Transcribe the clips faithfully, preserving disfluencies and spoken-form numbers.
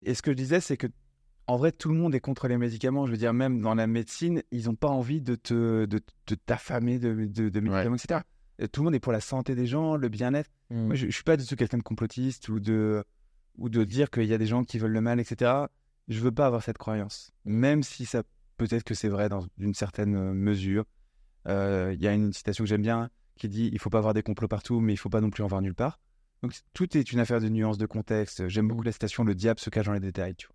Et ce que je disais, c'est que en vrai, tout le monde est contre les médicaments. Je veux dire, même dans la médecine, ils n'ont pas envie de te de, de t'affamer de, de, de médicaments, Ouais. et cetera. Et tout le monde est pour la santé des gens, le bien-être. Mm. Moi, je ne suis pas du tout quelqu'un de complotiste ou de, ou de dire qu'il y a des gens qui veulent le mal, et cetera. Je ne veux pas avoir cette croyance. Même si ça peut-être que c'est vrai dans une certaine euh, mesure. Il euh, y a une citation que j'aime bien qui dit « Il ne faut pas avoir des complots partout, mais il ne faut pas non plus en voir nulle part ». Donc, tout est une affaire de nuances, de contexte. J'aime beaucoup la citation « Le diable se cache dans les détails ». Tu vois.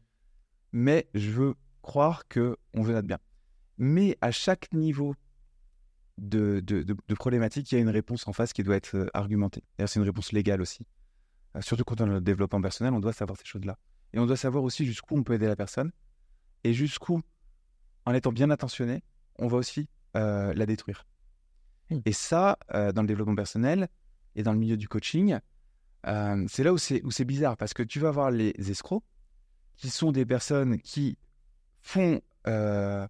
Mais je veux croire qu'on veut notre bien. Mais à chaque niveau de, de, de, de problématique, il y a une réponse en face qui doit être euh, argumentée. D'ailleurs, c'est une réponse légale aussi. Euh, surtout quand on est dans le développement personnel, on doit savoir ces choses-là. Et on doit savoir aussi jusqu'où on peut aider la personne et jusqu'où, en étant bien intentionné, on va aussi euh, la détruire. Mmh. Et ça, euh, dans le développement personnel et dans le milieu du coaching, euh, c'est là où c'est, où c'est bizarre parce que tu vas voir les escrocs qui sont des personnes qui font, euh,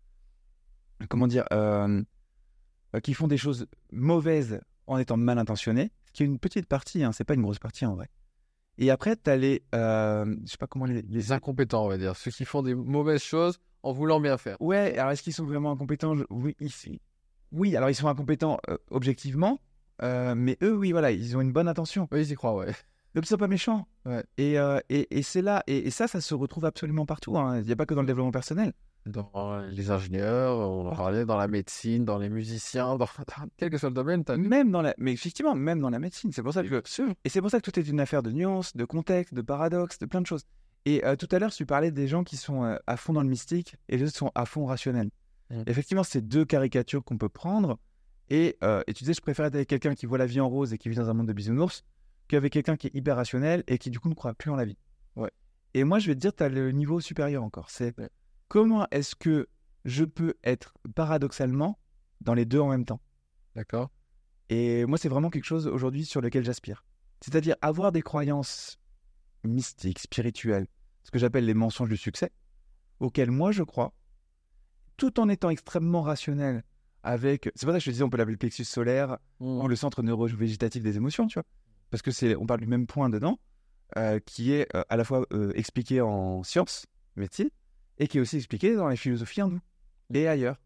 comment dire, euh, qui font des choses mauvaises en étant mal intentionnés, ce qui est une petite partie, hein, c'est pas une grosse partie en vrai. Et après, tu as les, euh, je sais pas comment les, les... les incompétents, on va dire, ceux qui font des mauvaises choses en voulant bien faire. Ouais, alors est-ce qu'ils sont vraiment incompétents? Je... Oui, ici. Oui, alors ils sont incompétents euh, objectivement, euh, mais eux, oui, voilà, ils ont une bonne intention. Oui, j'y crois, ouais. Donc ils sont pas méchants. Ouais. Et, euh, et, et c'est là, et, et ça, ça se retrouve absolument partout. Hein. Il n'y a pas que dans le développement personnel. Dans les ingénieurs, on en parlait, dans la médecine, dans les musiciens, dans, dans quel que soit le domaine. T'as... Même dans la, mais effectivement, même dans la médecine. C'est pour ça que, et c'est pour ça que tout est une affaire de nuances, de contexte, de paradoxes, de plein de choses. Et euh, tout à l'heure, tu parlais des gens qui sont euh, à fond dans le mystique et les autres sont à fond rationnels. Mmh. Effectivement, c'est deux caricatures qu'on peut prendre. Et, euh, et tu disais, je préfère être avec quelqu'un qui voit la vie en rose et qui vit dans un monde de bisounours qu'avec quelqu'un qui est hyper rationnel et qui du coup ne croit plus en la vie. Ouais. Et moi, je vais te dire, tu as le niveau supérieur encore. C'est ouais. Comment est-ce que je peux être paradoxalement dans les deux en même temps? D'accord. Et moi, c'est vraiment quelque chose aujourd'hui sur lequel j'aspire. C'est-à-dire avoir des croyances mystiques, spirituelles, ce que j'appelle les mensonges du succès, auxquels moi je crois, tout en étant extrêmement rationnel avec... C'est pour ça que je te disais, on peut l'appeler le plexus solaire, mmh. le centre neuro-végétatif des émotions, tu vois. Parce que c'est, on parle du même point dedans, euh, qui est euh, à la fois euh, expliqué en sciences, médecine, et qui est aussi expliqué dans les philosophies hindoues et ailleurs.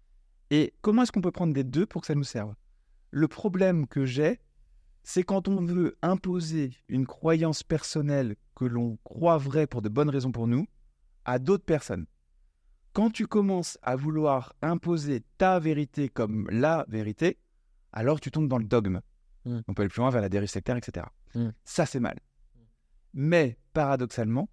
Et comment est-ce qu'on peut prendre des deux pour que ça nous serve? Le problème que j'ai, c'est quand on veut imposer une croyance personnelle que l'on croit vraie pour de bonnes raisons pour nous à d'autres personnes. Quand tu commences à vouloir imposer ta vérité comme la vérité, alors tu tombes dans le dogme. Mmh. On peut aller plus loin vers la dérive sectaire, et cetera. Mmh. Ça, c'est mal. Mmh. Mais, paradoxalement,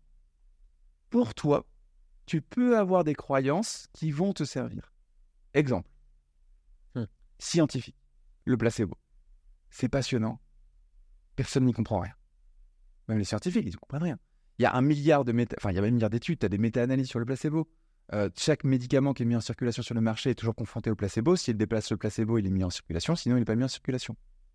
pour toi, tu peux avoir des croyances qui vont te servir. Exemple. Mmh. Scientifique. Le placebo. C'est passionnant. Personne n'y comprend rien. Même les scientifiques, ils ne comprennent rien. Il y a un milliard de méta... enfin, il y a un milliard d'études, tu as des méta-analyses sur le placebo. Euh, chaque médicament qui est mis en circulation sur le marché est toujours confronté au placebo. S'il déplace le placebo, il est mis en circulation. Sinon, il n'est pas mis en circulation.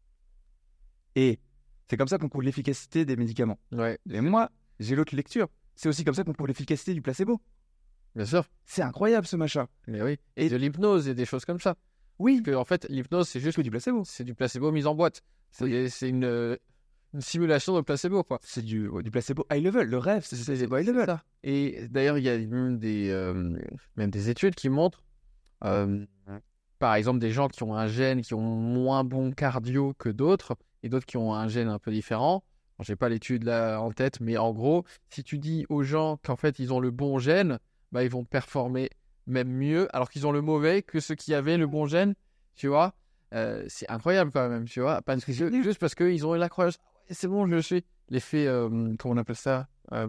Et c'est comme ça qu'on prouve l'efficacité des médicaments. Ouais. Et moi, j'ai l'autre lecture. C'est aussi comme ça qu'on prouve l'efficacité du placebo. Bien sûr. C'est incroyable, ce machin. Mais oui. Et, et de l'hypnose et des choses comme ça. Oui. Parce qu'en fait, l'hypnose, c'est juste que du placebo. C'est du placebo mis en boîte. C'est, oui. c'est une, une simulation de placebo, quoi. C'est du, du placebo high level. Le rêve, c'est, c'est, c'est high level. Ça. Et d'ailleurs, il y a même des, euh, même des études qui montrent, euh, par exemple, des gens qui ont un gène, qui ont moins bon cardio que d'autres, et d'autres qui ont un gène un peu différent. Bon, j'ai pas l'étude là en tête, mais en gros, si tu dis aux gens qu'en fait, ils ont le bon gène, bah, ils vont performer même mieux, alors qu'ils ont le mauvais que ceux qui avaient le bon gène, tu vois. Euh, c'est incroyable quand même, tu vois. Parce que, juste parce qu'ils ont la croyance, ouais, c'est bon, je le suis. L'effet, euh, comment on appelle ça euh...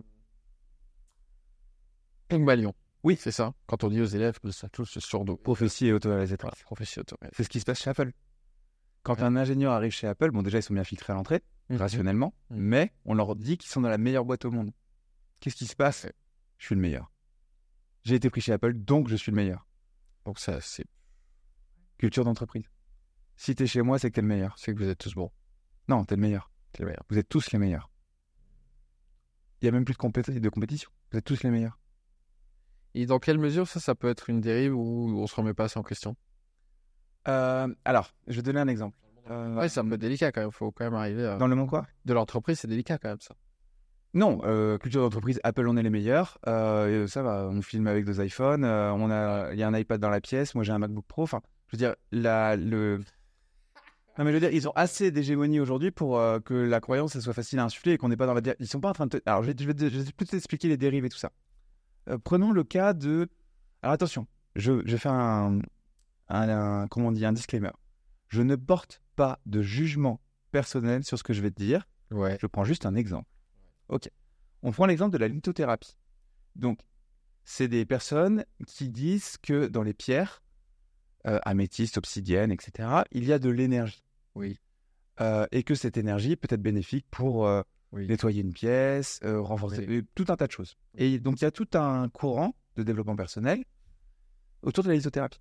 Pygmalion. Oui, c'est ça. Quand on dit aux élèves que ça touche sur dos. Prophétie et autoréalisatrice. Voilà, prophétie et autoréalisatrice. C'est ce qui se passe chez Apple. Quand ouais. un ingénieur arrive chez Apple, bon, déjà, ils sont bien filtrés à l'entrée, mmh. rationnellement, mmh. mais on leur dit qu'ils sont dans la meilleure boîte au monde. Qu'est-ce qui se passe? ouais. Je suis le meilleur. J'ai été pris chez Apple, donc je suis le meilleur. Donc ça, c'est... Culture d'entreprise. Si t'es chez moi, c'est que t'es le meilleur. C'est que vous êtes tous bons. Non, t'es le meilleur. T'es le meilleur. Vous êtes tous les meilleurs. Il n'y a même plus de, compét- de compétition. Vous êtes tous les meilleurs. Et dans quelle mesure ça, ça peut être une dérive où on se remet pas ça en question? euh, Alors, je vais donner un exemple. Euh, ouais, c'est un peu délicat quand même. Il faut quand même arriver à... Dans le monde quoi? De l'entreprise, c'est délicat quand même, ça. Non, euh, culture d'entreprise, Apple, on est les meilleurs. Euh, ça va, on filme avec deux iPhones. Euh, on a, il y a un iPad dans la pièce. Moi, j'ai un MacBook Pro. Enfin, je veux dire, la, le. Non, mais je veux dire, ils ont assez d'hégémonie aujourd'hui pour euh, que la croyance elle soit facile à insuffler et qu'on n'est pas dans la. dé- Ils sont pas en train de. Te... Alors, je vais, je vais, te- je vais plus t'expliquer les dérives et tout ça. Euh, prenons le cas de. Alors, attention, je, je fais un, un, un- comment on dit, un disclaimer. Je ne porte pas de jugement personnel sur ce que je vais te dire. Ouais. Je prends juste un exemple. Ok. On prend l'exemple de la lithothérapie. Donc, c'est des personnes qui disent que dans les pierres, euh, améthyste, obsidienne, et cetera, il y a de l'énergie. Oui. Euh, et que cette énergie peut être bénéfique pour euh, Oui. nettoyer une pièce, euh, renforcer, Oui. euh, tout un tas de choses. Et donc, il y a tout un courant de développement personnel autour de la lithothérapie.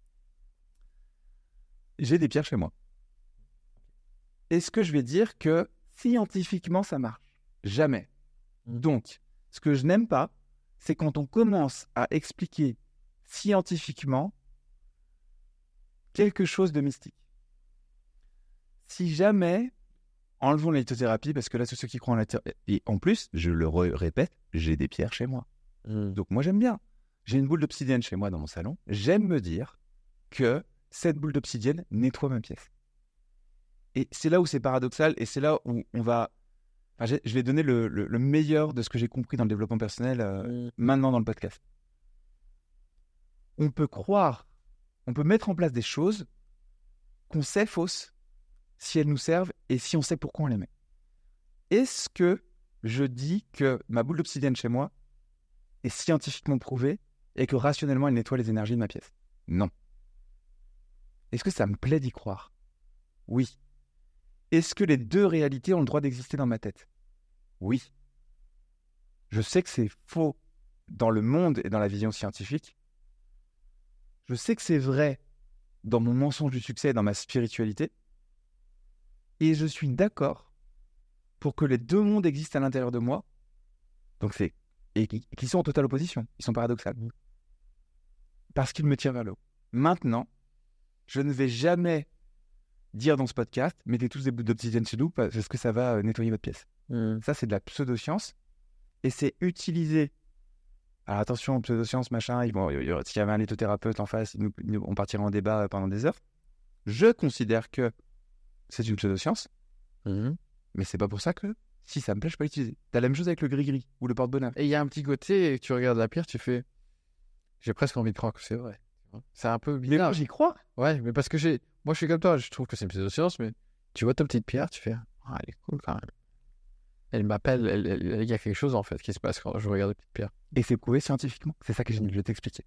J'ai des pierres chez moi. Est-ce que je vais dire que scientifiquement, ça marche? Jamais. Donc, ce que je n'aime pas, c'est quand on commence à expliquer scientifiquement quelque chose de mystique. Si jamais, enlevons la lithothérapie, parce que là, tous ceux qui croient en la lithothérapie, et en plus, je le re- répète, j'ai des pierres chez moi. Mm. Donc moi, j'aime bien. J'ai une boule d'obsidienne chez moi dans mon salon. J'aime me dire que cette boule d'obsidienne nettoie ma pièce. Et c'est là où c'est paradoxal, et c'est là où on va... Enfin, j'ai- je vais donner le, le- le meilleur de ce que j'ai compris dans le développement personnel euh, Mm. maintenant dans le podcast. On peut croire, on peut mettre en place des choses qu'on sait fausses si elles nous servent et si on sait pourquoi on les met. Est-ce que je dis que ma boule d'obsidienne chez moi est scientifiquement prouvée et que rationnellement elle nettoie les énergies de ma pièce? Non. Est-ce que ça me plaît d'y croire? Oui. Est-ce que les deux réalités ont le droit d'exister dans ma tête? Oui. Je sais que c'est faux dans le monde et dans la vision scientifique. Je sais que c'est vrai dans mon mensonge du succès et dans ma spiritualité. Et je suis d'accord pour que les deux mondes existent à l'intérieur de moi. Donc c'est... Et qui, qui sont en totale opposition. Ils sont paradoxales. Parce qu'ils me tirent vers le haut. Maintenant, je ne vais jamais dire dans ce podcast, mettez tous des bouts d'obsidienne chez nous parce que ça va nettoyer votre pièce. Mm. Ça, c'est de la pseudoscience. Et c'est utilisé. Alors attention, pseudoscience, machin, bon, il y aurait- s'il y avait un lithothérapeute en face, il nous- il nous- on partirait en débat pendant des heures. Je considère que c'est une pseudoscience, Mhm. mais c'est pas pour ça que, si ça me plaît, je peux l'utiliser. T'as la même chose avec le gris-gris ou le porte-bonheur. Et il y a un petit côté, tu regardes la pierre, tu fais. J'ai presque envie de croire que c'est vrai. C'est un peu Mais bizarre. moi, j'y crois. Ouais, mais parce que j'ai. Moi, je suis comme toi, je trouve que c'est une pseudoscience, mais tu vois ta petite pierre, tu fais. Ah, elle est cool quand même. Elle m'appelle, elle- elle- elle- il y a quelque chose en fait qui se passe quand je regarde la petite pierre. Et c'est prouvé scientifiquement. C'est ça que je je vais t'expliquer.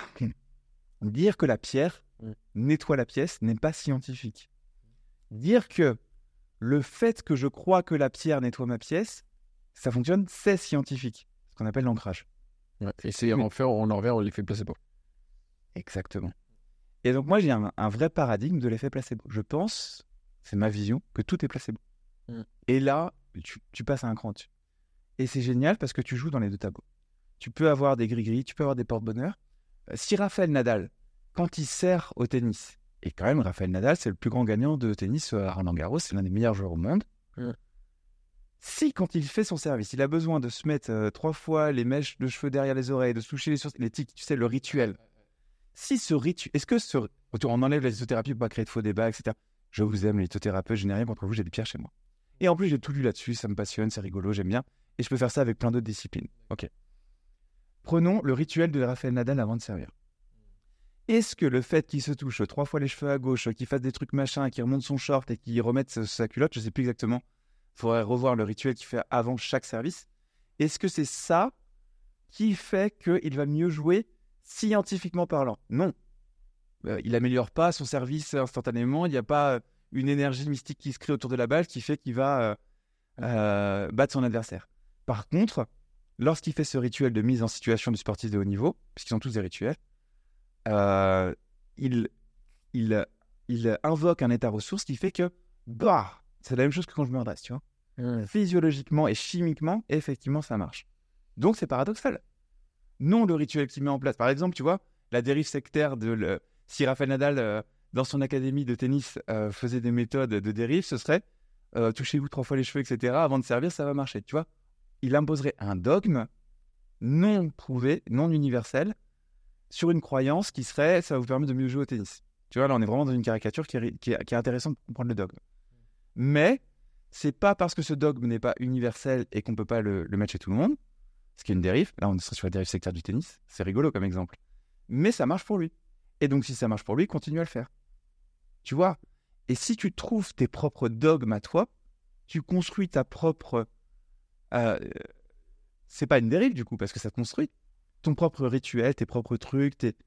Dire que la pierre Mm. nettoie la pièce n'est pas scientifique. Dire que le fait que je crois que la pierre nettoie ma pièce, ça fonctionne, c'est scientifique. Ce qu'on appelle l'ancrage. Ouais. Et c'est Mais- en fait, on en revient au l'effet placebo. Exactement. Et donc moi, j'ai un, un vrai paradigme de l'effet placebo. Je pense, c'est ma vision, que tout est placebo. Mm. Et là, tu, tu passes à un cran dessus. Et c'est génial parce que tu joues dans les deux tableaux. Tu peux avoir des gris-gris, tu peux avoir des porte-bonheur. Euh, Si Raphaël Nadal, quand il sert au tennis, et quand même Raphaël Nadal, c'est le plus grand gagnant de tennis à Roland-Garros, c'est l'un des meilleurs joueurs au monde. Mm. Si quand il fait son service, il a besoin de se mettre euh, trois fois les mèches de cheveux derrière les oreilles, de se toucher les sourcils, les tics, tu sais, le rituel. Si ce rituel, est-ce que ce, on enlève la lithothérapie pour pas créer de faux débats, et cetera. Je vous aime les lithothérapeutes, je n'ai rien contre vous, j'ai des pierres chez moi. Et en plus, j'ai tout lu là-dessus, ça me passionne, c'est rigolo, j'aime bien. Et je peux faire ça avec plein d'autres disciplines. Ok. Prenons le rituel de Raphaël Nadal avant de servir. Est-ce que le fait qu'il se touche trois fois les cheveux à gauche, qu'il fasse des trucs machin, qu'il remonte son short et qu'il remette sa, sa culotte, je sais plus exactement, il faudrait revoir le rituel qu'il fait avant chaque service. Est-ce que c'est ça qui fait qu'il va mieux jouer scientifiquement parlant? Non. Euh, il n'améliore pas son service instantanément, il n'y a pas euh, une énergie mystique qui se crée autour de la balle qui fait qu'il va euh, euh, battre son adversaire. Par contre, lorsqu'il fait ce rituel de mise en situation du sportif de haut niveau, puisqu'ils ont tous des rituels, euh, il, il, il invoque un état ressource qui fait que, bah, c'est la même chose que quand je me redresse, tu vois. Mm. Physiologiquement et chimiquement, effectivement, ça marche. Donc, c'est paradoxal. Non, le rituel qu'il met en place. Par exemple, tu vois, la dérive sectaire de... Le... Si Raphaël Nadal, euh, dans son académie de tennis, euh, faisait des méthodes de dérive, ce serait euh, touchez-vous trois fois les cheveux, et cetera. Avant de servir, ça va marcher, tu vois. il imposerait un dogme non prouvé, non universel, sur une croyance qui serait « ça va vous permettre de mieux jouer au tennis ». Tu vois, là, on est vraiment dans une caricature qui est, qui est, qui est intéressante pour comprendre le dogme. Mais c'est pas parce que ce dogme n'est pas universel et qu'on peut pas le, le mettre chez tout le monde, ce qui est une dérive. Là, on serait sur la dérive sectaire du tennis. C'est rigolo comme exemple. Mais ça marche pour lui. Et donc, si ça marche pour lui, continue à le faire. Tu vois ? Et si tu trouves tes propres dogmes à toi, tu construis ta propre... Euh, c'est pas une dérive, du coup, parce que ça te construit. Ton propre rituel, tes propres trucs, tes...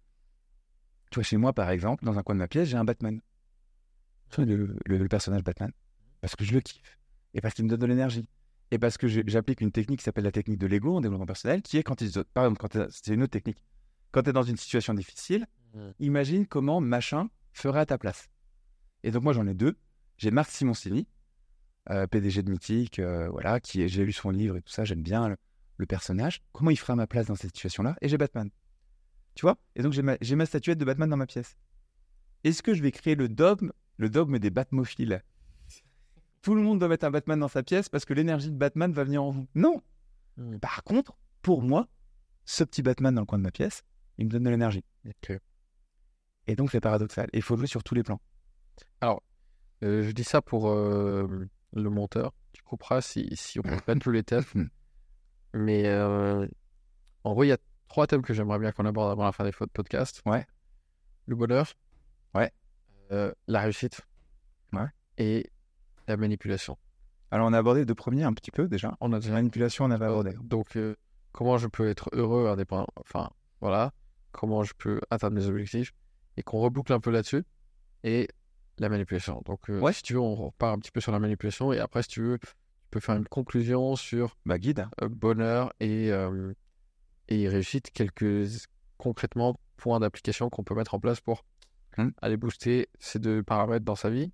Tu vois, chez moi, par exemple, dans un coin de ma pièce, j'ai un Batman. Tu vois, le, le, le personnage Batman. Parce que je le kiffe. Et parce qu'il me donne de l'énergie. Et parce que je, j'applique une technique qui s'appelle la technique de l'ego en développement personnel, qui est quand ils... Par exemple, quand c'est une autre technique. Quand tu es dans une situation difficile, mmh. imagine comment machin ferait à ta place. Et donc, moi, j'en ai deux. J'ai Marc Simoncini, euh, P D G de Mythique, euh, voilà, qui, j'ai lu son livre et tout ça, j'aime bien le, le personnage. Comment il ferait à ma place dans cette situation-là ? Et j'ai Batman. Tu vois ? Et donc, j'ai ma, j'ai ma statuette de Batman dans ma pièce. Est-ce que je vais créer le dogme, le dogme des Batmophiles ? Tout le monde doit mettre un Batman dans sa pièce parce que l'énergie de Batman va venir en vous. Non. Mmh. Par contre, pour moi, ce petit Batman dans le coin de ma pièce, il me donne de l'énergie. Okay. Et donc, c'est paradoxal. Et il faut jouer sur tous les plans. Alors, euh, je dis ça pour euh, le monteur. Tu couperas si, si on prenne tous les thèmes. Mais euh, en gros, il y a trois thèmes que j'aimerais bien qu'on aborde avant la fin des podcasts. Ouais. Le bonheur. Ouais. Euh, la réussite. Ouais. Et la manipulation. Alors, on a abordé les deux premiers un petit peu déjà. On a déjà... La manipulation, on avait abordé. Donc, euh, comment je peux être heureux, indépendant. Enfin, voilà. Comment je peux atteindre mes objectifs. Et qu'on reboucle un peu là-dessus. Et la manipulation. Donc, euh, ouais. si tu veux, on repart un petit peu sur la manipulation. Et après, si tu veux, tu peux faire une conclusion sur bah, guide. Euh, bonheur et, euh, et réussite. Quelques, concrètement, points d'application qu'on peut mettre en place pour hum. aller booster ces deux paramètres dans sa vie.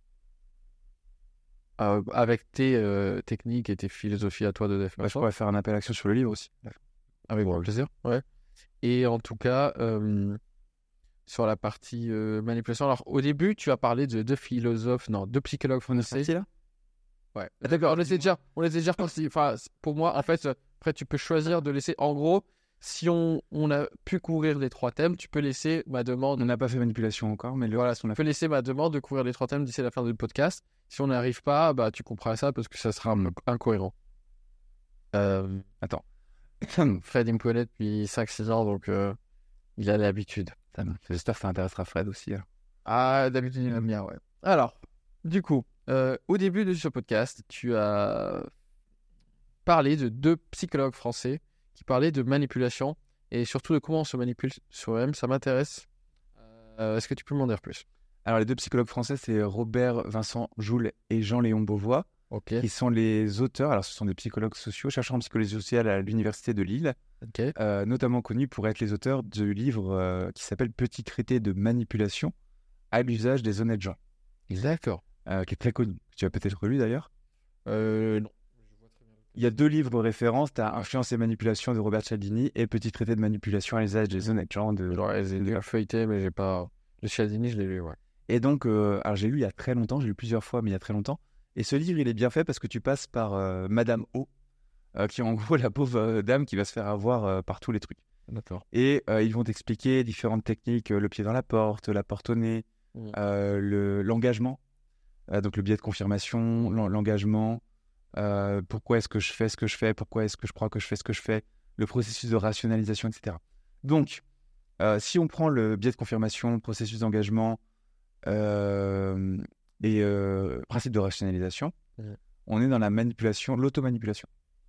Euh, avec tes euh, techniques et tes philosophies à toi de défense. Bah, je pourrais faire un appel à action sur le livre aussi. Avec grand plaisir. Ouais. Et en tout cas, euh, sur la partie euh, manipulation. Alors, au début, tu as parlé de deux philosophes, non, deux psychologues français. On est là ouais. Ah, d'accord, on les a déjà, on les a déjà repartis. Enfin, pour moi, en fait, après, tu peux choisir de laisser. En gros, si on, on a pu couvrir les trois thèmes, tu peux laisser ma demande. On n'a pas fait manipulation encore, mais le voilà, on a... tu peux laisser ma demande de couvrir les trois thèmes d'ici la fin du podcast. Si on n'arrive pas, bah, tu comprends ça parce que ça sera incohérent. Euh... Attends. Fred, il me connaît depuis cinq six ans, donc euh, il a l'habitude. J'espère que ça intéressera Fred aussi. Alors. Ah, d'habitude, il aime bien, ouais. Alors, du coup, euh, au début de ce podcast, tu as parlé de deux psychologues français qui parlaient de manipulation et surtout de comment on se manipule soi-même. Ça m'intéresse. Euh, est-ce que tu peux m'en dire plus ? Alors, les deux psychologues français, c'est Robert Vincent Joule et Jean-Léon Beauvois, okay. qui sont les auteurs. Alors, ce sont des psychologues sociaux, chercheurs en psychologie sociale à l'Université de Lille, okay. euh, notamment connus pour être les auteurs du livre euh, qui s'appelle Petit traité de manipulation à l'usage des honnêtes gens. D'accord. Euh, qui est très connu. Tu as peut-être lu d'ailleurs ? euh, Non. Il y a deux livres de référence, tu as Influence et manipulation de Robert Cialdini et Petit traité de manipulation à l'usage des honnêtes gens de... Genre, j'ai lu feuilleté, mais j'ai pas... Le Cialdini, je l'ai lu, ouais. Et donc, euh, alors j'ai lu il y a très longtemps, j'ai lu plusieurs fois, mais il y a très longtemps. Et ce livre, il est bien fait parce que tu passes par euh, Madame O, euh, qui est en gros la pauvre euh, dame qui va se faire avoir euh, par tous les trucs. D'accord. Et euh, ils vont t'expliquer différentes techniques, euh, le pied dans la porte, la porte au nez, mmh. euh, le, l'engagement, euh, donc le biais de confirmation, l'engagement, euh, pourquoi est-ce que je fais ce que je fais, pourquoi est-ce que je crois que je fais ce que je fais, le processus de rationalisation, et cetera. Donc, euh, si on prend le biais de confirmation, le processus d'engagement, Euh, et euh, principe de rationalisation, mmh. on est dans la manipulation, l'automanipulation.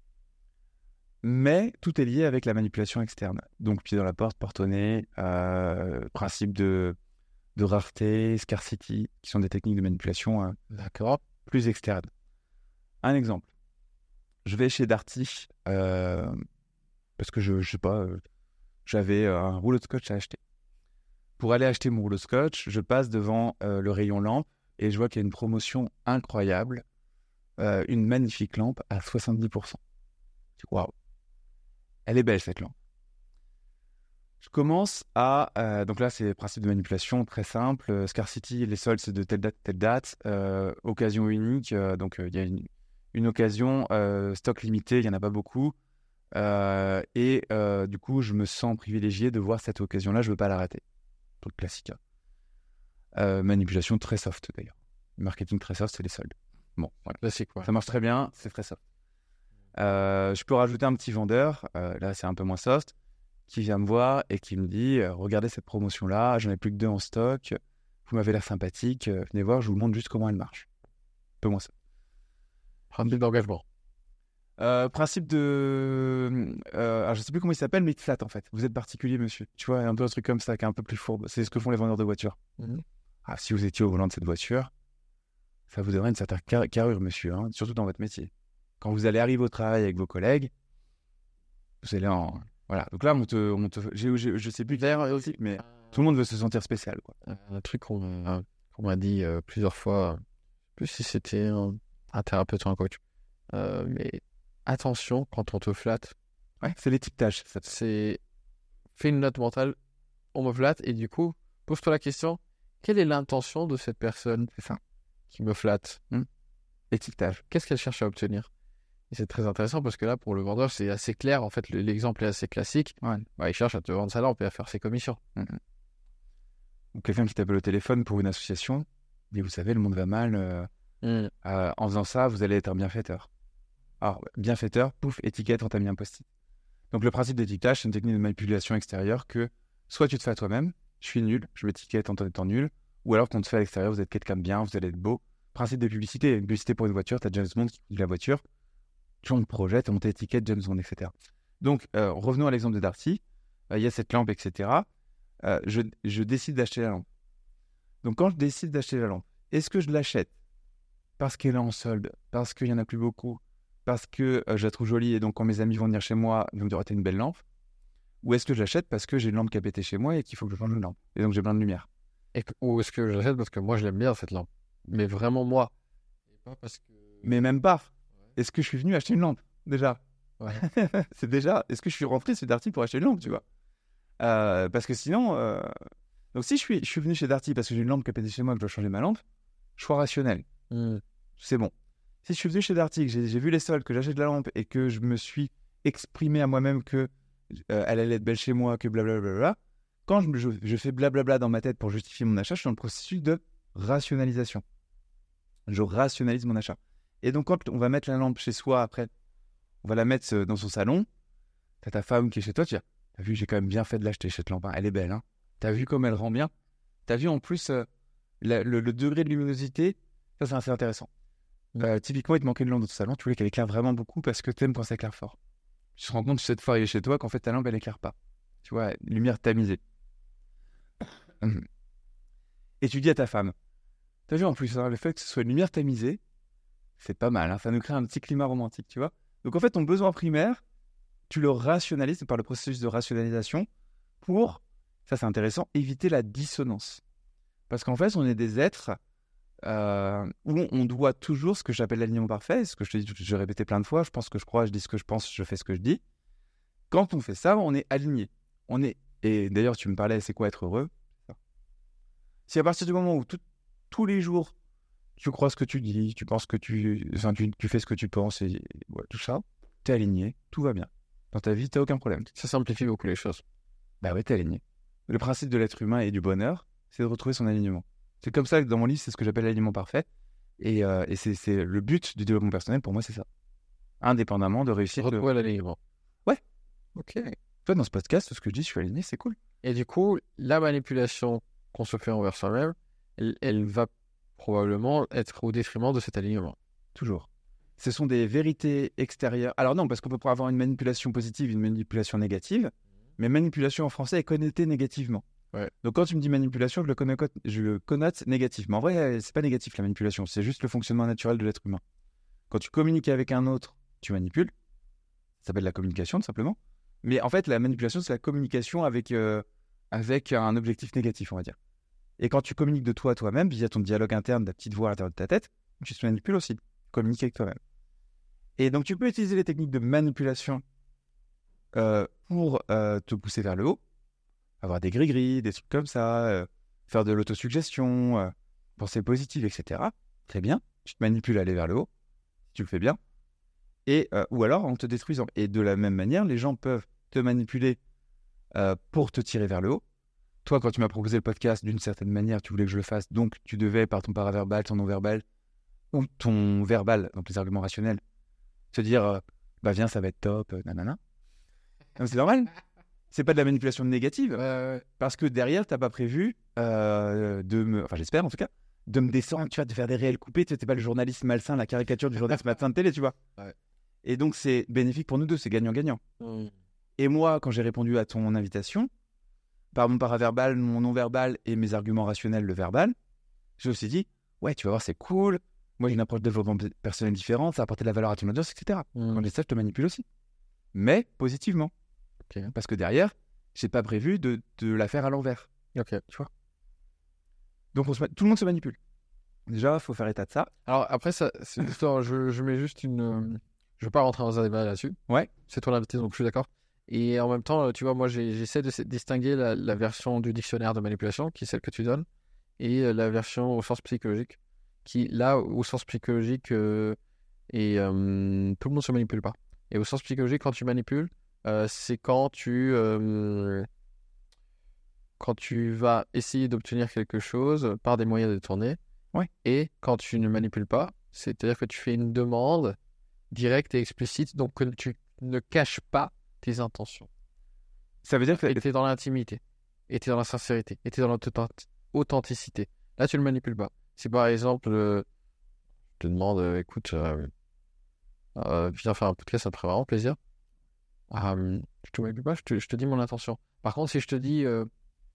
Mais tout est lié avec la manipulation externe. Donc, pied dans la porte, porte au nez, euh, principe de, de rareté, scarcity, qui sont des techniques de manipulation euh, D'accord. plus externes. Un exemple. Je vais chez Darty, euh, parce que je, je sais pas, euh, j'avais un rouleau de scotch à acheter. Pour aller acheter mon rouleau scotch, je passe devant euh, le rayon lampe et je vois qu'il y a une promotion incroyable, euh, une magnifique lampe à soixante-dix pour cent. Waouh, elle est belle cette lampe. Je commence à... Euh, donc là, c'est le principe de manipulation très simple. Euh, scarcity, les soldes, c'est de telle date, telle date. Euh, occasion unique, euh, donc il euh, y a une, une occasion, euh, stock limité, il n'y en a pas beaucoup. Euh, et euh, du coup, je me sens privilégié de voir cette occasion-là, je ne veux pas la rater. Truc classique. Euh, manipulation très soft d'ailleurs. Marketing très soft, c'est les soldes. Bon, voilà. Classique, ouais. Ça marche très bien, c'est très soft. Euh, je peux rajouter un petit vendeur, euh, là c'est un peu moins soft, qui vient me voir et qui me dit euh, regardez cette promotion-là, j'en ai plus que deux en stock, vous m'avez l'air sympathique, euh, venez voir, je vous montre juste comment elle marche. Un peu moins soft. Principe d'engagement. Euh, principe de. Euh, alors je sais plus comment il s'appelle, mais il te flatte en fait. Vous êtes particulier, monsieur. Tu vois, un peu un truc comme ça, qui est un peu plus fourbe. C'est ce que font les vendeurs de voitures. Mm-hmm. Ah, si vous étiez au volant de cette voiture, ça vous donnerait une certaine car- carrure, monsieur, hein, surtout dans votre métier. Quand vous allez arriver au travail avec vos collègues, vous allez en. Voilà. Donc là, on te. On te... J'ai, j'ai, je sais plus d'ailleurs aussi, mais tout le monde veut se sentir spécial, quoi. Un truc qu'on m'a, qu'on m'a dit euh, plusieurs fois, je sais plus si c'était un, un thérapeute ou un coach, euh, mais attention quand on te flatte. Ouais, c'est l'étiquetage. Ça... C'est fais une note mentale, on me flatte, et du coup, pose-toi la question, quelle est l'intention de cette personne C'est ça. qui me flatte hmm. Étiquetage. Qu'est-ce qu'elle cherche à obtenir? Et c'est très intéressant parce que là, pour le vendeur, c'est assez clair. En fait, l'exemple est assez classique. Ouais. Bah, il cherche à te vendre sa lampe et à faire ses commissions. Mm-hmm. Ou quelqu'un qui t'appelle au téléphone pour une association, dit vous savez, le monde va mal. Euh, mm. euh, en faisant ça, vous allez être un bienfaiteur. Alors, bienfaiteur, pouf, étiquette, on t'a mis un post-it. Donc, le principe d'étiquetage, c'est une technique de manipulation extérieure que soit tu te fais à toi-même, je suis nul, je m'étiquette en étant nul, ou alors qu'on te fait à l'extérieur, vous êtes quelqu'un de bien, vous allez être beau. Principe de publicité, une publicité pour une voiture, tu as James Bond qui dit la voiture, tu en projette, on t'étiquette James Bond, et cetera. Donc, euh, revenons à l'exemple de Darty. Il euh, y a cette lampe, et cetera. Euh, je, je décide d'acheter la lampe. Donc, quand je décide d'acheter la lampe, est-ce que je l'achète parce qu'elle est en solde, parce qu'il n'y en a plus beaucoup, parce que euh, je la trouve jolie et donc quand mes amis vont venir chez moi, ils vont me dire oh, t'as une belle lampe, ou est-ce que je l'achète parce que j'ai une lampe qui a pété chez moi et qu'il faut que je change une lampe et donc j'ai besoin de lumière? Et que, ou est-ce que je l'achète parce que moi je l'aime bien cette lampe, mais vraiment moi, et pas parce que... Mais même pas. Ouais. Est-ce que je suis venu acheter une lampe déjà? Ouais. C'est déjà. Est-ce que je suis rentré chez Darty pour acheter une lampe, tu vois? euh, Parce que sinon, euh... donc si je suis, je suis venu chez Darty parce que j'ai une lampe qui a pété chez moi et que je dois changer ma lampe, choix rationnel. Mm. C'est bon. Si je suis venu chez Darty, que j'ai, j'ai vu les soldes, que j'achète la lampe et que je me suis exprimé à moi-même que euh, elle allait être belle chez moi, que blablabla, quand je, je, je fais blablabla dans ma tête pour justifier mon achat, je suis dans le processus de rationalisation. Je rationalise mon achat. Et donc, quand on va mettre la lampe chez soi, après, on va la mettre dans son salon, t'as ta femme qui est chez toi, tu dis, t'as vu, j'ai quand même bien fait de l'acheter cette lampe, hein. Elle est belle, hein. T'as vu comme elle rend bien. T'as vu en plus euh, la, le, le degré de luminosité, ça c'est assez intéressant. Euh, typiquement, il te manquait une lampe dans ton salon, tu voulais qu'elle éclaire vraiment beaucoup parce que tu aimes quand ça éclaire fort. Tu te rends compte cette fois, elle est chez toi qu'en fait ta lampe elle éclaire pas. Tu vois, lumière tamisée. Et tu dis à ta femme, t'as vu en plus, hein, le fait que ce soit une lumière tamisée, c'est pas mal, hein, ça nous crée un petit climat romantique, tu vois. Donc en fait, ton besoin primaire, tu le rationalises par le processus de rationalisation pour, ça c'est intéressant, éviter la dissonance. Parce qu'en fait, on est des êtres Euh, où on doit toujours ce que j'appelle l'alignement parfait, ce que je te dis, je vais répéter plein de fois, je pense ce que je crois, je dis ce que je pense, je fais ce que je dis. Quand on fait ça, on est aligné. On est... Et d'ailleurs, tu me parlais, c'est quoi être heureux? Si à partir du moment où tout, tous les jours, tu crois ce que tu dis, tu penses que tu... Enfin, tu, tu fais ce que tu penses, et ouais, tout ça, t'es aligné, tout va bien. Dans ta vie, t'as aucun problème. Ça simplifie beaucoup les choses. Bah ouais, t'es aligné. Le principe de l'être humain et du bonheur, c'est de retrouver son alignement. C'est comme ça que dans mon livre, c'est ce que j'appelle l'alignement parfait. Et, euh, et c'est, c'est le but du développement personnel, pour moi, c'est ça. Indépendamment de réussir. Retrouver le... l'alignement. Ouais. Ok. Toi, dans ce podcast, ce que je dis, je suis aligné, c'est cool. Et du coup, la manipulation qu'on se fait envers soi-même, elle, elle va probablement être au détriment de cet alignement. Toujours. Ce sont des vérités extérieures. Alors non, parce qu'on peut pouvoir avoir une manipulation positive, une manipulation négative, mais manipulation en français est connotée négativement. Ouais. Donc quand tu me dis manipulation, je le, connote, je le connote négativement. En vrai, c'est pas négatif la manipulation, c'est juste le fonctionnement naturel de l'être humain. Quand tu communiques avec un autre, tu manipules. Ça s'appelle la communication, tout simplement. Mais en fait, la manipulation, c'est la communication avec, euh, avec un objectif négatif, on va dire. Et quand tu communiques de toi à toi-même, via ton dialogue interne, ta petite voix à l'intérieur de ta tête, tu te manipules aussi. Communique avec toi-même. Et donc, tu peux utiliser les techniques de manipulation euh, pour euh, te pousser vers le haut. Avoir des gris-gris, des trucs comme ça, euh, faire de l'autosuggestion, euh, penser positive, et cetera. Très bien, tu te manipules à aller vers le haut. tu le fais bien, et, euh, ou alors en te détruisant. Et de la même manière, les gens peuvent te manipuler euh, pour te tirer vers le haut. Toi, quand tu m'as proposé le podcast, d'une certaine manière, tu voulais que je le fasse, donc tu devais, par ton paraverbal, ton non-verbal, ou ton verbal, donc les arguments rationnels, te dire, euh, bah viens, ça va être top, euh, nanana. Non, c'est normal. C'est pas de la manipulation négative, Ouais, ouais. parce que derrière, t'as pas prévu euh, de me, enfin j'espère en tout cas, de me descendre, tu vois, de faire des réels coupés. Tu sais, t'es pas le journaliste malsain, la caricature du journaliste matin de télé, tu vois. Ouais. Et donc c'est bénéfique pour nous deux, c'est gagnant-gagnant. Mm. Et moi, quand j'ai répondu à ton invitation, par mon paraverbal, mon non-verbal et mes arguments rationnels, le verbal, je me suis dit, ouais, tu vas voir, c'est cool. Moi, j'ai une approche de développement personnel différente, ça a apporté de la valeur à ton audience, et cetera. Mm. Quand je dis ça, je te manipule aussi. Mais positivement. Ok. Parce que derrière, j'ai pas prévu de, de la faire à l'envers. Ok. Tu vois. Donc on se, tout le monde se manipule. Déjà, il faut faire état de ça. Alors après, ça, c'est l'histoire. Je, je mets juste une. euh, Je veux pas rentrer dans un débat là-dessus. Ouais. C'est toi l'invité, donc je suis d'accord. Et en même temps, euh, tu vois, moi, j'ai- j'essaie de s- distinguer la, la version du dictionnaire de manipulation, qui est celle que tu donnes, et euh, la version au sens psychologique, qui, là, au sens psychologique, euh, et euh, tout le monde se manipule pas. Et au sens psychologique, quand tu manipules, euh, c'est quand tu euh, quand tu vas essayer d'obtenir quelque chose par des moyens détournés. Ouais. Et quand tu ne manipules pas, c'est-à-dire que tu fais une demande directe et explicite, donc que tu ne caches pas tes intentions. Ça veut dire que Et tu es dans l'intimité, et tu es dans la sincérité, et tu es dans l'authenticité. Là, tu ne le manipules pas. Si par exemple, euh, je te demande, euh, écoute, euh, euh, viens faire un podcast, ça me ferait vraiment plaisir. Euh, je te manipule pas, je te, je te dis mon intention. Par contre, si je te dis, euh,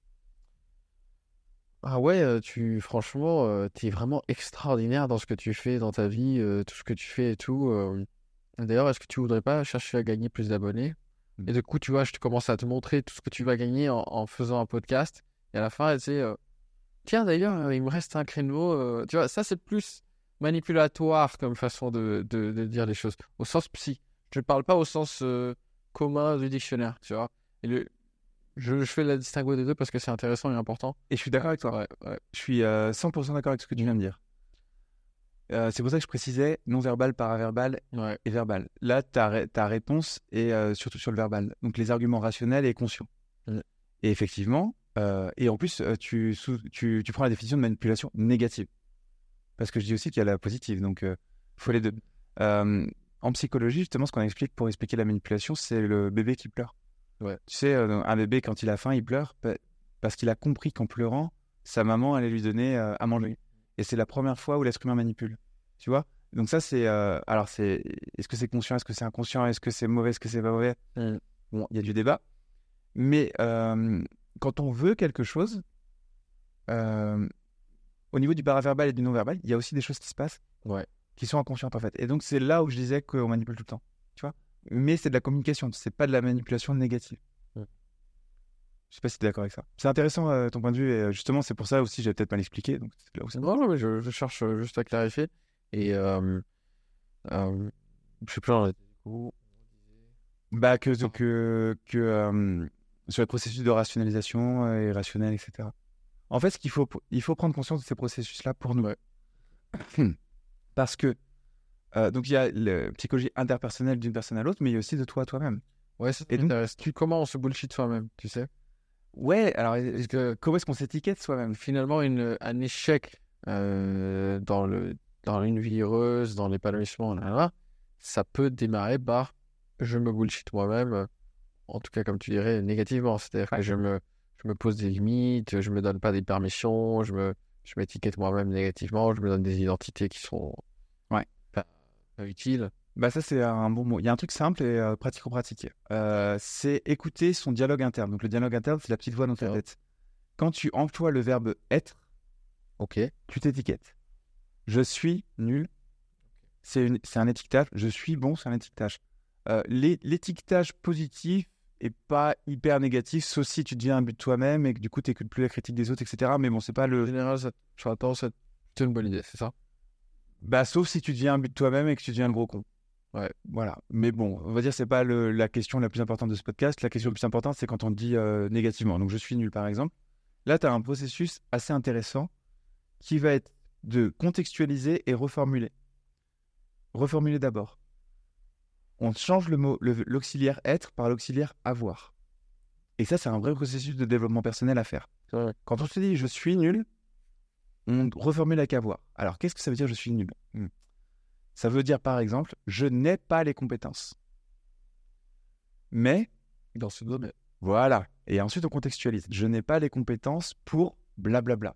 ah ouais, euh, tu, franchement, euh, tu es vraiment extraordinaire dans ce que tu fais dans ta vie, euh, tout ce que tu fais et tout. euh. D'ailleurs, est-ce que tu voudrais pas chercher à gagner plus d'abonnés? Mm. Et du coup, tu vois, je te commence à te montrer tout ce que tu vas gagner en, en faisant un podcast. Et à la fin, tu sais, euh, tiens, d'ailleurs, euh, il me reste un créneau. euh. Tu vois, ça, c'est plus manipulatoire comme façon de, de, de dire les choses. Au sens psy. Je ne parle pas au sens euh, commun du dictionnaire, tu vois. Et le, je, je fais la distinguo des deux parce que c'est intéressant et important. Et je suis d'accord avec toi. Ouais, ouais. Je suis euh, cent pour cent d'accord avec ce que tu viens de dire. Euh, c'est pour ça que je précisais non-verbal, paraverbal Ouais. et verbal. Là, ta, ré- ta réponse est euh, surtout sur le verbal. Donc les arguments rationnels et conscients. Mm. Et effectivement, euh, et en plus, euh, tu, sous, tu, tu prends la définition de manipulation négative. Parce que je dis aussi qu'il y a la positive. Donc, il euh, faut les deux. Euh, en psychologie, justement, ce qu'on explique pour expliquer la manipulation, c'est le bébé qui pleure. Ouais. Tu sais, euh, un bébé, quand il a faim, il pleure pa- parce qu'il a compris qu'en pleurant, sa maman allait lui donner euh, à manger. Et c'est la première fois où l'être humain manipule. Tu vois? Donc ça, c'est... euh, alors, c'est... Est-ce que c'est conscient? Est-ce que c'est inconscient? Est-ce que c'est mauvais? Est-ce que c'est pas mauvais? Mm. Bon, il y a du débat. Mais euh, quand on veut quelque chose, euh, au niveau du paraverbal et du non-verbal, il y a aussi des choses qui se passent Ouais. qui sont inconscientes, en fait. Et donc, c'est là où je disais qu'on manipule tout le temps. Tu vois? Mais c'est de la communication, c'est pas de la manipulation négative. Mm. Je sais pas si tu es d'accord avec ça. C'est intéressant euh, ton point de vue, et euh, justement, c'est pour ça aussi, j'ai peut-être mal expliqué. Donc, c'est là où ça... Non, non, mais je, je cherche euh, juste à clarifier. Et euh, euh, je sais plus, on était du coup. Bah, que, que, que euh, sur les processus de rationalisation euh, et rationnel, et cetera. En fait, ce qu'il faut, il faut prendre conscience de ces processus-là pour nous. Ouais. Parce que, euh, donc, il y a la psychologie interpersonnelle d'une personne à l'autre, mais il y a aussi de toi à toi-même. Ouais, ça Et donc, t'intéresse. Tu, comment on se bullshit soi-même, tu sais? Ouais, alors, est-ce Parce que, que comment est-ce qu'on s'étiquette soi-même? finalement, une, un échec euh, dans, le, dans une vie heureuse, dans l'épanouissement, là, là, ça peut démarrer par je me bullshit moi-même, euh, en tout cas, comme tu dirais, négativement. C'est-à-dire Ouais. que je me, je me pose des limites, je me donne pas des permissions, je me, je m'étiquette moi-même négativement, je me donne des identités qui sont Ouais. pas, pas utiles. Bah ça, c'est un bon mot. Il y a un truc simple et euh, pratico-pratique. Euh, c'est écouter son dialogue interne. Donc, le dialogue interne, c'est la petite voix dans ta Ouais. tête. Quand tu emploies le verbe être, Ok. tu t'étiquettes. Je suis nul, c'est, une- c'est un étiquetage. Je suis bon, c'est un étiquetage. Euh, l'é- l'étiquetage positif est pas hyper négatif, sauf si tu deviens un but de toi-même et que du coup, tu n'écoutes plus la critique des autres, et cetera. Mais bon, c'est pas En le... général, ça, j'aurais tendance à... C'est une bonne idée, c'est ça? Bah, sauf si tu deviens un but de toi-même et que tu deviens le gros con. Ouais. Voilà. Mais bon, on va dire c'est pas le, la question la plus importante de ce podcast. La question la plus importante, c'est quand on dit euh, négativement. Donc, je suis nul, par exemple. Là, tu as un processus assez intéressant qui va être de contextualiser et reformuler. reformuler d'abord. On change le mot, le, l'auxiliaire être par l'auxiliaire avoir. Et ça, c'est un vrai processus de développement personnel à faire. Ouais. Quand on se dit je suis nul, on reformule avec avoir. Alors, qu'est-ce que ça veut dire je suis nul? hmm. Ça veut dire, par exemple, je n'ai pas les compétences. Mais, Dans ce domaine. voilà. Et ensuite, on contextualise. Je n'ai pas les compétences pour blablabla.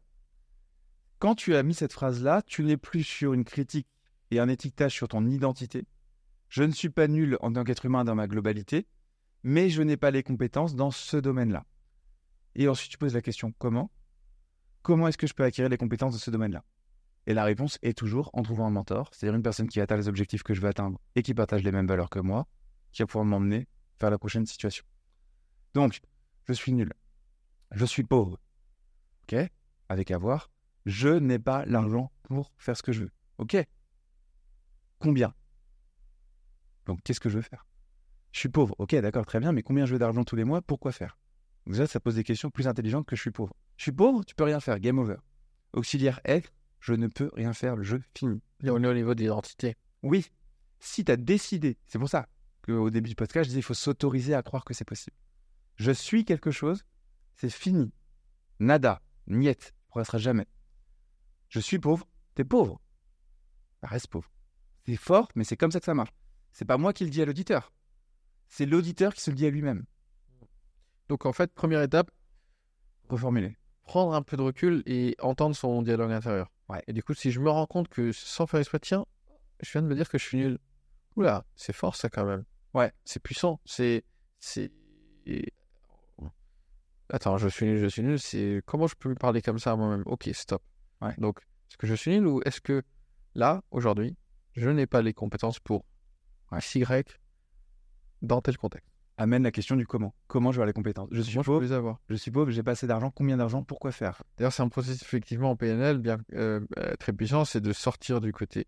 Quand tu as mis cette phrase-là, tu n'es plus sur une critique et un étiquetage sur ton identité. Je ne suis pas nul en tant qu'être humain dans ma globalité, mais je n'ai pas les compétences dans ce domaine-là. Et ensuite, tu poses la question, comment ? Comment est-ce que je peux acquérir les compétences de ce domaine-là ? Et la réponse est toujours en trouvant un mentor, c'est-à-dire une personne qui atteint les objectifs que je veux atteindre et qui partage les mêmes valeurs que moi, qui va pouvoir m'emmener vers la prochaine situation. Donc, je suis nul. Je suis pauvre. Ok ? Avec avoir, je n'ai pas l'argent pour faire ce que je veux. Ok ? Combien ? Donc, qu'est-ce que je veux faire ? Je suis pauvre. Ok, d'accord, très bien, mais combien je veux d'argent tous les mois ? Pourquoi faire ? Donc ça, ça pose des questions plus intelligentes que je suis pauvre. Je suis pauvre, tu peux rien faire, game over. Auxiliaire être, je ne peux rien faire, le jeu fini. Et on est au niveau de l'identité. Oui, si tu as décidé, c'est pour ça qu'au début du podcast, je disais il faut s'autoriser à croire que c'est possible. Je suis quelque chose, c'est fini. Nada, niet, tu ne progresseras jamais. Je suis pauvre, t'es pauvre. Bah, reste pauvre. C'est fort, mais c'est comme ça que ça marche. C'est pas moi qui le dis à l'auditeur. C'est l'auditeur qui se le dit à lui-même. Donc en fait, première étape, Reformuler. prendre un peu de recul et entendre son dialogue intérieur. Ouais. Et du coup, si je me rends compte que sans faire exprès, tiens, je viens de me dire que je suis nul. Oula, c'est fort ça quand même. Ouais. C'est puissant. C'est, c'est. et- Attends, je suis nul, je suis nul. C'est comment je peux me parler comme ça à moi-même. Ok, stop. Ouais. Donc, est-ce que je suis nul ou est-ce que là, aujourd'hui, je n'ai pas les compétences pour Ouais. X, Y dans tel contexte. Amène la question du comment. Comment je vais avoir les compétences. Je suis Moi, je peux pauvre, les avoir. je suis pauvre, j'ai pas assez d'argent. Combien d'argent? Pourquoi faire? D'ailleurs, c'est un processus effectivement en P N L bien euh, euh, très puissant, c'est de sortir du côté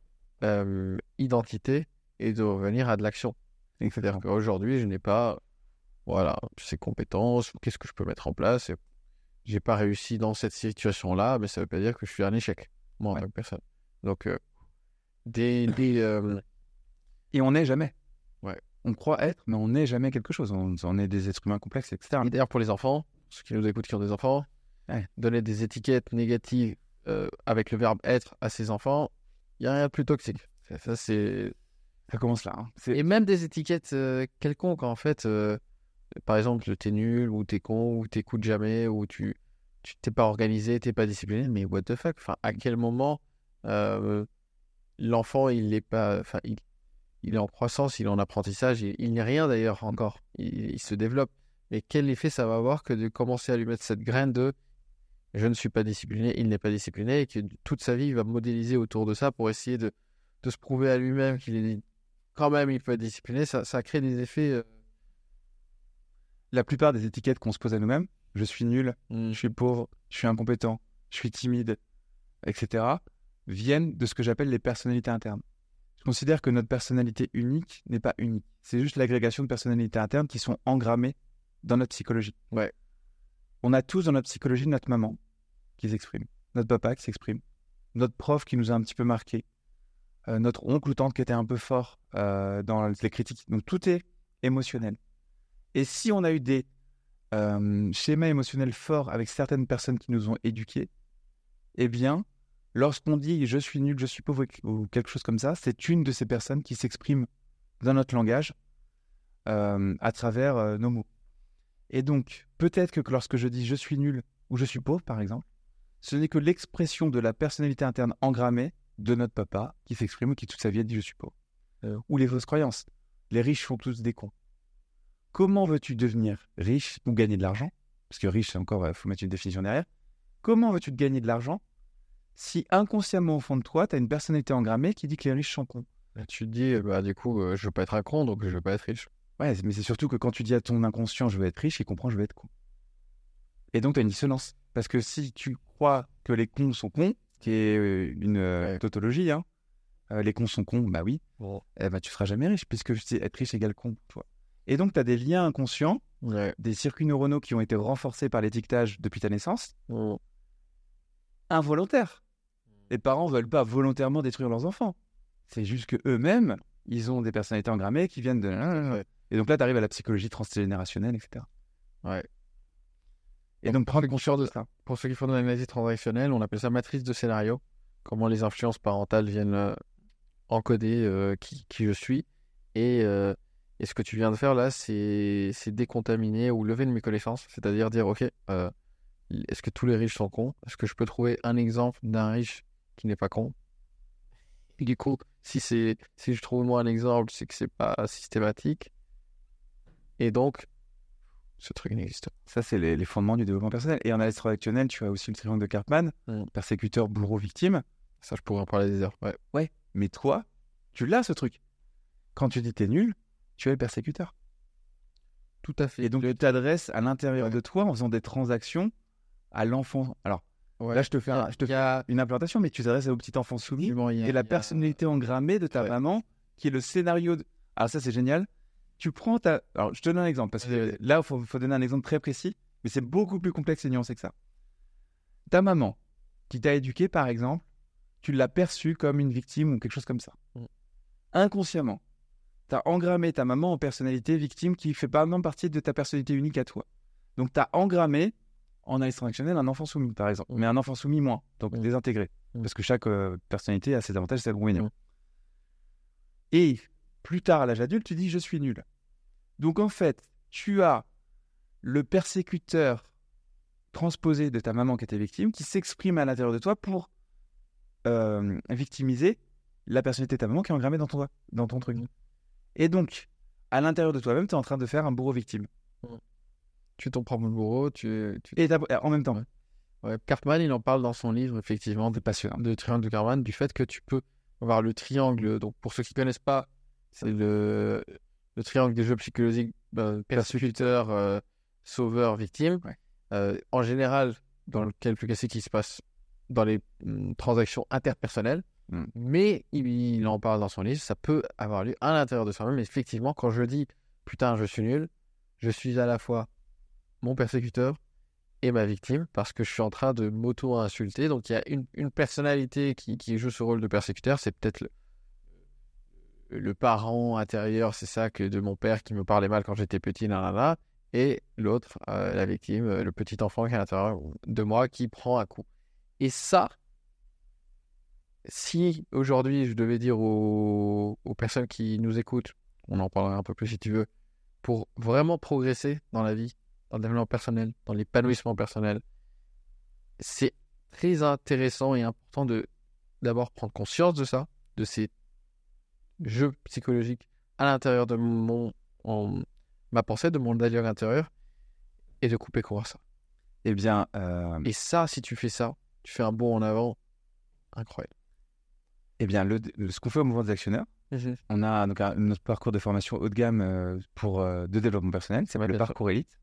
euh, identité et de revenir à de l'action. C'est-à-dire qu'aujourd'hui, je n'ai pas, voilà, ces compétences. Qu'est-ce que je peux mettre en place? Et j'ai pas réussi dans cette situation-là, mais ça veut pas dire que je suis un échec, moi en Ouais. tant que personne. Donc, euh, des, des euh, Et on n'est jamais. Ouais. On croit être, mais on n'est jamais quelque chose. On, on est des êtres humains complexes, et cetera. Et d'ailleurs, pour les enfants, ceux qui nous écoutent qui ont des enfants, Ouais. donner des étiquettes négatives euh, avec le verbe être à ses enfants, il n'y a rien de plus toxique. Ça, ça, c'est... Ça commence là. Hein. C'est... Et même des étiquettes euh, quelconques, en fait. euh, par exemple, t'es nul, ou t'es con, ou t'écoutes jamais, ou tu tu t'es pas organisé, t'es pas discipliné. Mais what the fuck? Enfin, à quel moment euh, l'enfant, il est pas... Enfin, il, il est en croissance, il est en apprentissage, il, il n'est rien d'ailleurs encore. Il, il se développe. Mais quel effet ça va avoir que de commencer à lui mettre cette graine de je ne suis pas discipliné, il n'est pas discipliné, et que toute sa vie, il va modéliser autour de ça pour essayer de, de se prouver à lui-même qu'il est quand même, il peut être discipliné. Ça, ça crée des effets. Euh... La plupart des étiquettes qu'on se pose à nous-mêmes, je suis nul, Mm. je suis pauvre, je suis incompétent, je suis timide, et cetera, viennent de ce que j'appelle les personnalités internes. Je considère que notre personnalité unique n'est pas unique. C'est juste l'agrégation de personnalités internes qui sont engrammées dans notre psychologie. Ouais. On a tous dans notre psychologie notre maman qui s'exprime, notre papa qui s'exprime, notre prof qui nous a un petit peu marqué, euh, notre oncle ou tante qui était un peu fort euh, dans les critiques. Donc tout est émotionnel. Et si on a eu des euh, schémas émotionnels forts avec certaines personnes qui nous ont éduqués, eh bien, lorsqu'on dit « je suis nul, je suis pauvre » ou quelque chose comme ça, c'est une de ces personnes qui s'exprime dans notre langage euh, à travers euh, nos mots. Et donc, peut-être que lorsque je dis « je suis nul » ou « je suis pauvre » par exemple, ce n'est que l'expression de la personnalité interne engrammée de notre papa qui s'exprime ou qui toute sa vie a dit « je suis pauvre euh. ». Ou les fausses croyances. Les riches sont tous des cons. Comment veux-tu devenir riche ou gagner de l'argent? Parce que riche, c'est encore, il faut mettre une définition derrière. Comment veux-tu gagner de l'argent si inconsciemment au fond de toi, tu as une personnalité engrammée qui dit que les riches sont cons? Et tu te dis, bah, du coup, euh, je veux pas être un con, donc je veux pas être riche. Ouais, mais c'est surtout que quand tu dis à ton inconscient je veux être riche, il comprend je veux être con. Et donc tu as une dissonance. Parce que si tu crois que les cons sont cons, qui est une euh, Ouais. tautologie, hein, euh, les cons sont cons, bah oui, Bon. eh ben, tu seras jamais riche, puisque être riche égale con pour toi. Et donc tu as des liens inconscients, Ouais. des circuits neuronaux qui ont été renforcés par l'étiquetage depuis ta naissance, Bon. involontaires. Les parents ne veulent pas volontairement détruire leurs enfants. C'est juste que eux-mêmes, ils ont des personnalités engrammées qui viennent de... Ouais. Et donc là, tu arrives à la psychologie transgénérationnelle, et cetera. Ouais. Et donc, prendre conscience de ça. Pour ceux qui font de l'analyse transactionnelle, on appelle ça matrice de scénario. Comment les influences parentales viennent euh, encoder euh, qui, qui je suis. Et, euh, et ce que tu viens de faire là, c'est, c'est décontaminer ou lever une méconnaissance. C'est-à-dire dire, OK, euh, est-ce que tous les riches sont cons? Est-ce que je peux trouver un exemple d'un riche qui n'est pas con? Et du coup, si, c'est, si je trouve moi un exemple, c'est que c'est pas systématique. Et donc, ce truc n'existe pas. Ça, c'est les, les fondements du développement personnel. Et en analyse transactionnelle, tu as aussi le triangle de Karpman, Mm. persécuteur, bourreau, victime. Ça, je pourrais en parler des heures. Ouais. Ouais, mais toi, tu l'as, ce truc. Quand tu dis t'es nul, tu es le persécuteur. Tout à fait. Et donc, tu t'adresses à l'intérieur Ouais. de toi en faisant des transactions à l'enfant. Alors, Ouais. là, je te fais, un- je te Il y fais a- une implantation, mais tu t'adresses au petit enfant soumis Effectivement, il y a- et la il y a- personnalité engrammée de ta Ouais. maman, qui est le scénario. De... Alors, ça, c'est génial. Tu prends ta. Alors, je te donne un exemple, parce que Vas-y, vas-y. là, il faut, faut donner un exemple très précis, mais c'est beaucoup plus complexe et nuancé que ça. Ta maman, qui t'a éduqué, par exemple, tu l'as perçue comme une victime ou quelque chose comme ça. Mm. Inconsciemment, tu as engrammé ta maman en personnalité victime qui fait pas même partie de ta personnalité unique à toi. Donc, tu as engrammé, en analyse transactionnelle, un enfant soumis, par exemple, Mm. mais un enfant soumis moins, donc Mm. désintégré, Mm. parce que chaque euh, personnalité a ses avantages et ses inconvénients. Mm. Et plus tard, à l'âge adulte, tu dis « je suis nul ». Donc, en fait, tu as le persécuteur transposé de ta maman qui était victime, qui s'exprime à l'intérieur de toi pour euh, victimiser la personnalité de ta maman qui est engrammée dans ton, dans ton truc. Mm. Et donc, à l'intérieur de toi-même, tu es en train de faire un bourreau victime. Tu es ton propre bourreau. Tu, tu... Et t'as- en même temps, Ouais. Ouais, Karpman, il en parle dans son livre, effectivement, de, c'est passionnant. de Triangle de Karpman, du fait que tu peux avoir le triangle. Donc, pour ceux qui ne connaissent pas, c'est le, le triangle des jeux psychologiques euh, persécuteur, euh, sauveur, victime. Ouais. Euh, en général, dans le cas le plus classique, il se passe dans les hum, transactions interpersonnelles. Mm. Mais il, il en parle dans son livre, ça peut avoir lieu à l'intérieur de soi-même. Mais effectivement, quand je dis « putain, je suis nul », je suis à la fois mon persécuteur et ma victime, parce que je suis en train de m'auto-insulter. Donc, il y a une, une personnalité qui, qui joue ce rôle de persécuteur. C'est peut-être le, le parent intérieur, c'est ça, que de mon père qui me parlait mal quand j'étais petit, nanana. Et l'autre, euh, la victime, euh, le petit enfant qui est à l'intérieur de moi, qui prend un coup. Et ça, si aujourd'hui je devais dire aux, aux personnes qui nous écoutent, on en parlera un peu plus si tu veux, pour vraiment progresser dans la vie, dans le développement personnel, dans l'épanouissement personnel, c'est très intéressant et important de d'abord prendre conscience de ça, de ces jeux psychologiques à l'intérieur de mon, en, ma pensée, de mon dialogue intérieur, et de couper court à ça. Eh bien, euh, Et ça, si tu fais ça, tu fais un bond en avant incroyable. eh bien le, le- ce qu'on fait au mouvement des actionnaires, on a donc un, notre parcours de formation haut de gamme euh, pour, euh, de développement personnel, c'est Ouais, le bien parcours élite.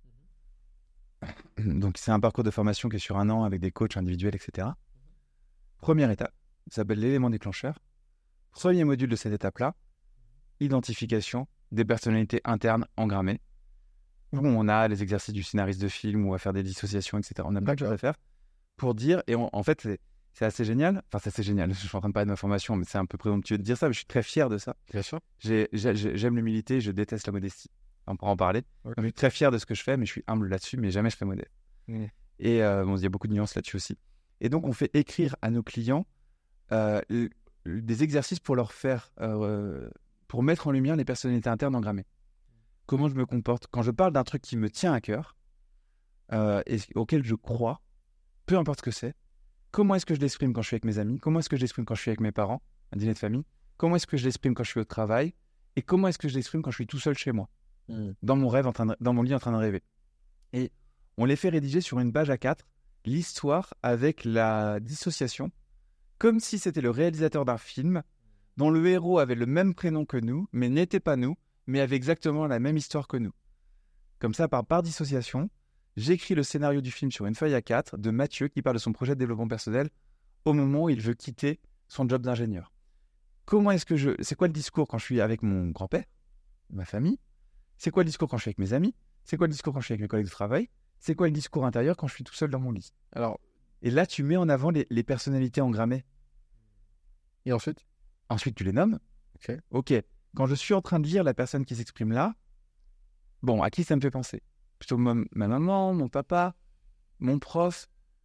Donc, c'est un parcours de formation qui est sur un an avec des coachs individuels, et cetera. Première étape, ça s'appelle l'élément déclencheur. Premier module de cette étape-là, identification des personnalités internes engrammées. Où on a les exercices du scénariste de film ou à faire des dissociations, et cetera. On a plein de choses à faire pour dire, et on- en fait, c'est, c'est assez génial. Enfin, c'est assez génial. Je suis en train de parler de ma formation, mais c'est un peu présomptueux de dire ça, mais je suis très fier de ça. Bien sûr. J'ai- j'ai- j'ai- j'aime l'humilité, je déteste la modestie. On pourra en parler. Ok. Donc, je suis très fier de ce que je fais, mais je suis humble là-dessus, mais jamais je serai modeste. Mm. Et euh, bon, il y a beaucoup de nuances là-dessus aussi. Et donc, on fait écrire à nos clients euh, l- des exercices pour leur faire, euh, pour mettre en lumière les personnalités internes engrammées. Comment je me comporte quand je parle d'un truc qui me tient à cœur euh, et auquel je crois, peu importe ce que c'est. Comment est-ce que je l'exprime quand je suis avec mes amis? Comment est-ce que je l'exprime quand je suis avec mes parents, un dîner de famille? Comment est-ce que je l'exprime quand je suis au travail? Et comment est-ce que je l'exprime quand je suis tout seul chez moi, Mm. dans mon rêve, en train de- dans mon lit en train de rêver? Et on les fait rédiger sur une page A quatre, l'histoire avec la dissociation, comme si c'était le réalisateur d'un film dont le héros avait le même prénom que nous, mais n'était pas nous, mais avait exactement la même histoire que nous. Comme ça, par, par dissociation, j'écris le scénario du film sur une feuille A quatre de Mathieu qui parle de son projet de développement personnel au moment où il veut quitter son job d'ingénieur. Comment est-ce que je... C'est quoi le discours quand je suis avec mon grand-père, ma famille? C'est quoi le discours quand je suis avec mes amis? C'est quoi le discours quand je suis avec mes collègues de travail? C'est quoi le discours intérieur quand je suis tout seul dans mon lit? Alors, Et là, tu mets en avant les, les personnalités engrammées. et ensuite, Ensuite, tu les nommes. Ok. Ok. Quand je suis en train de lire la personne qui s'exprime là, bon, à qui ça me fait penser? Plutôt ma, ma maman, mon papa, mon prof,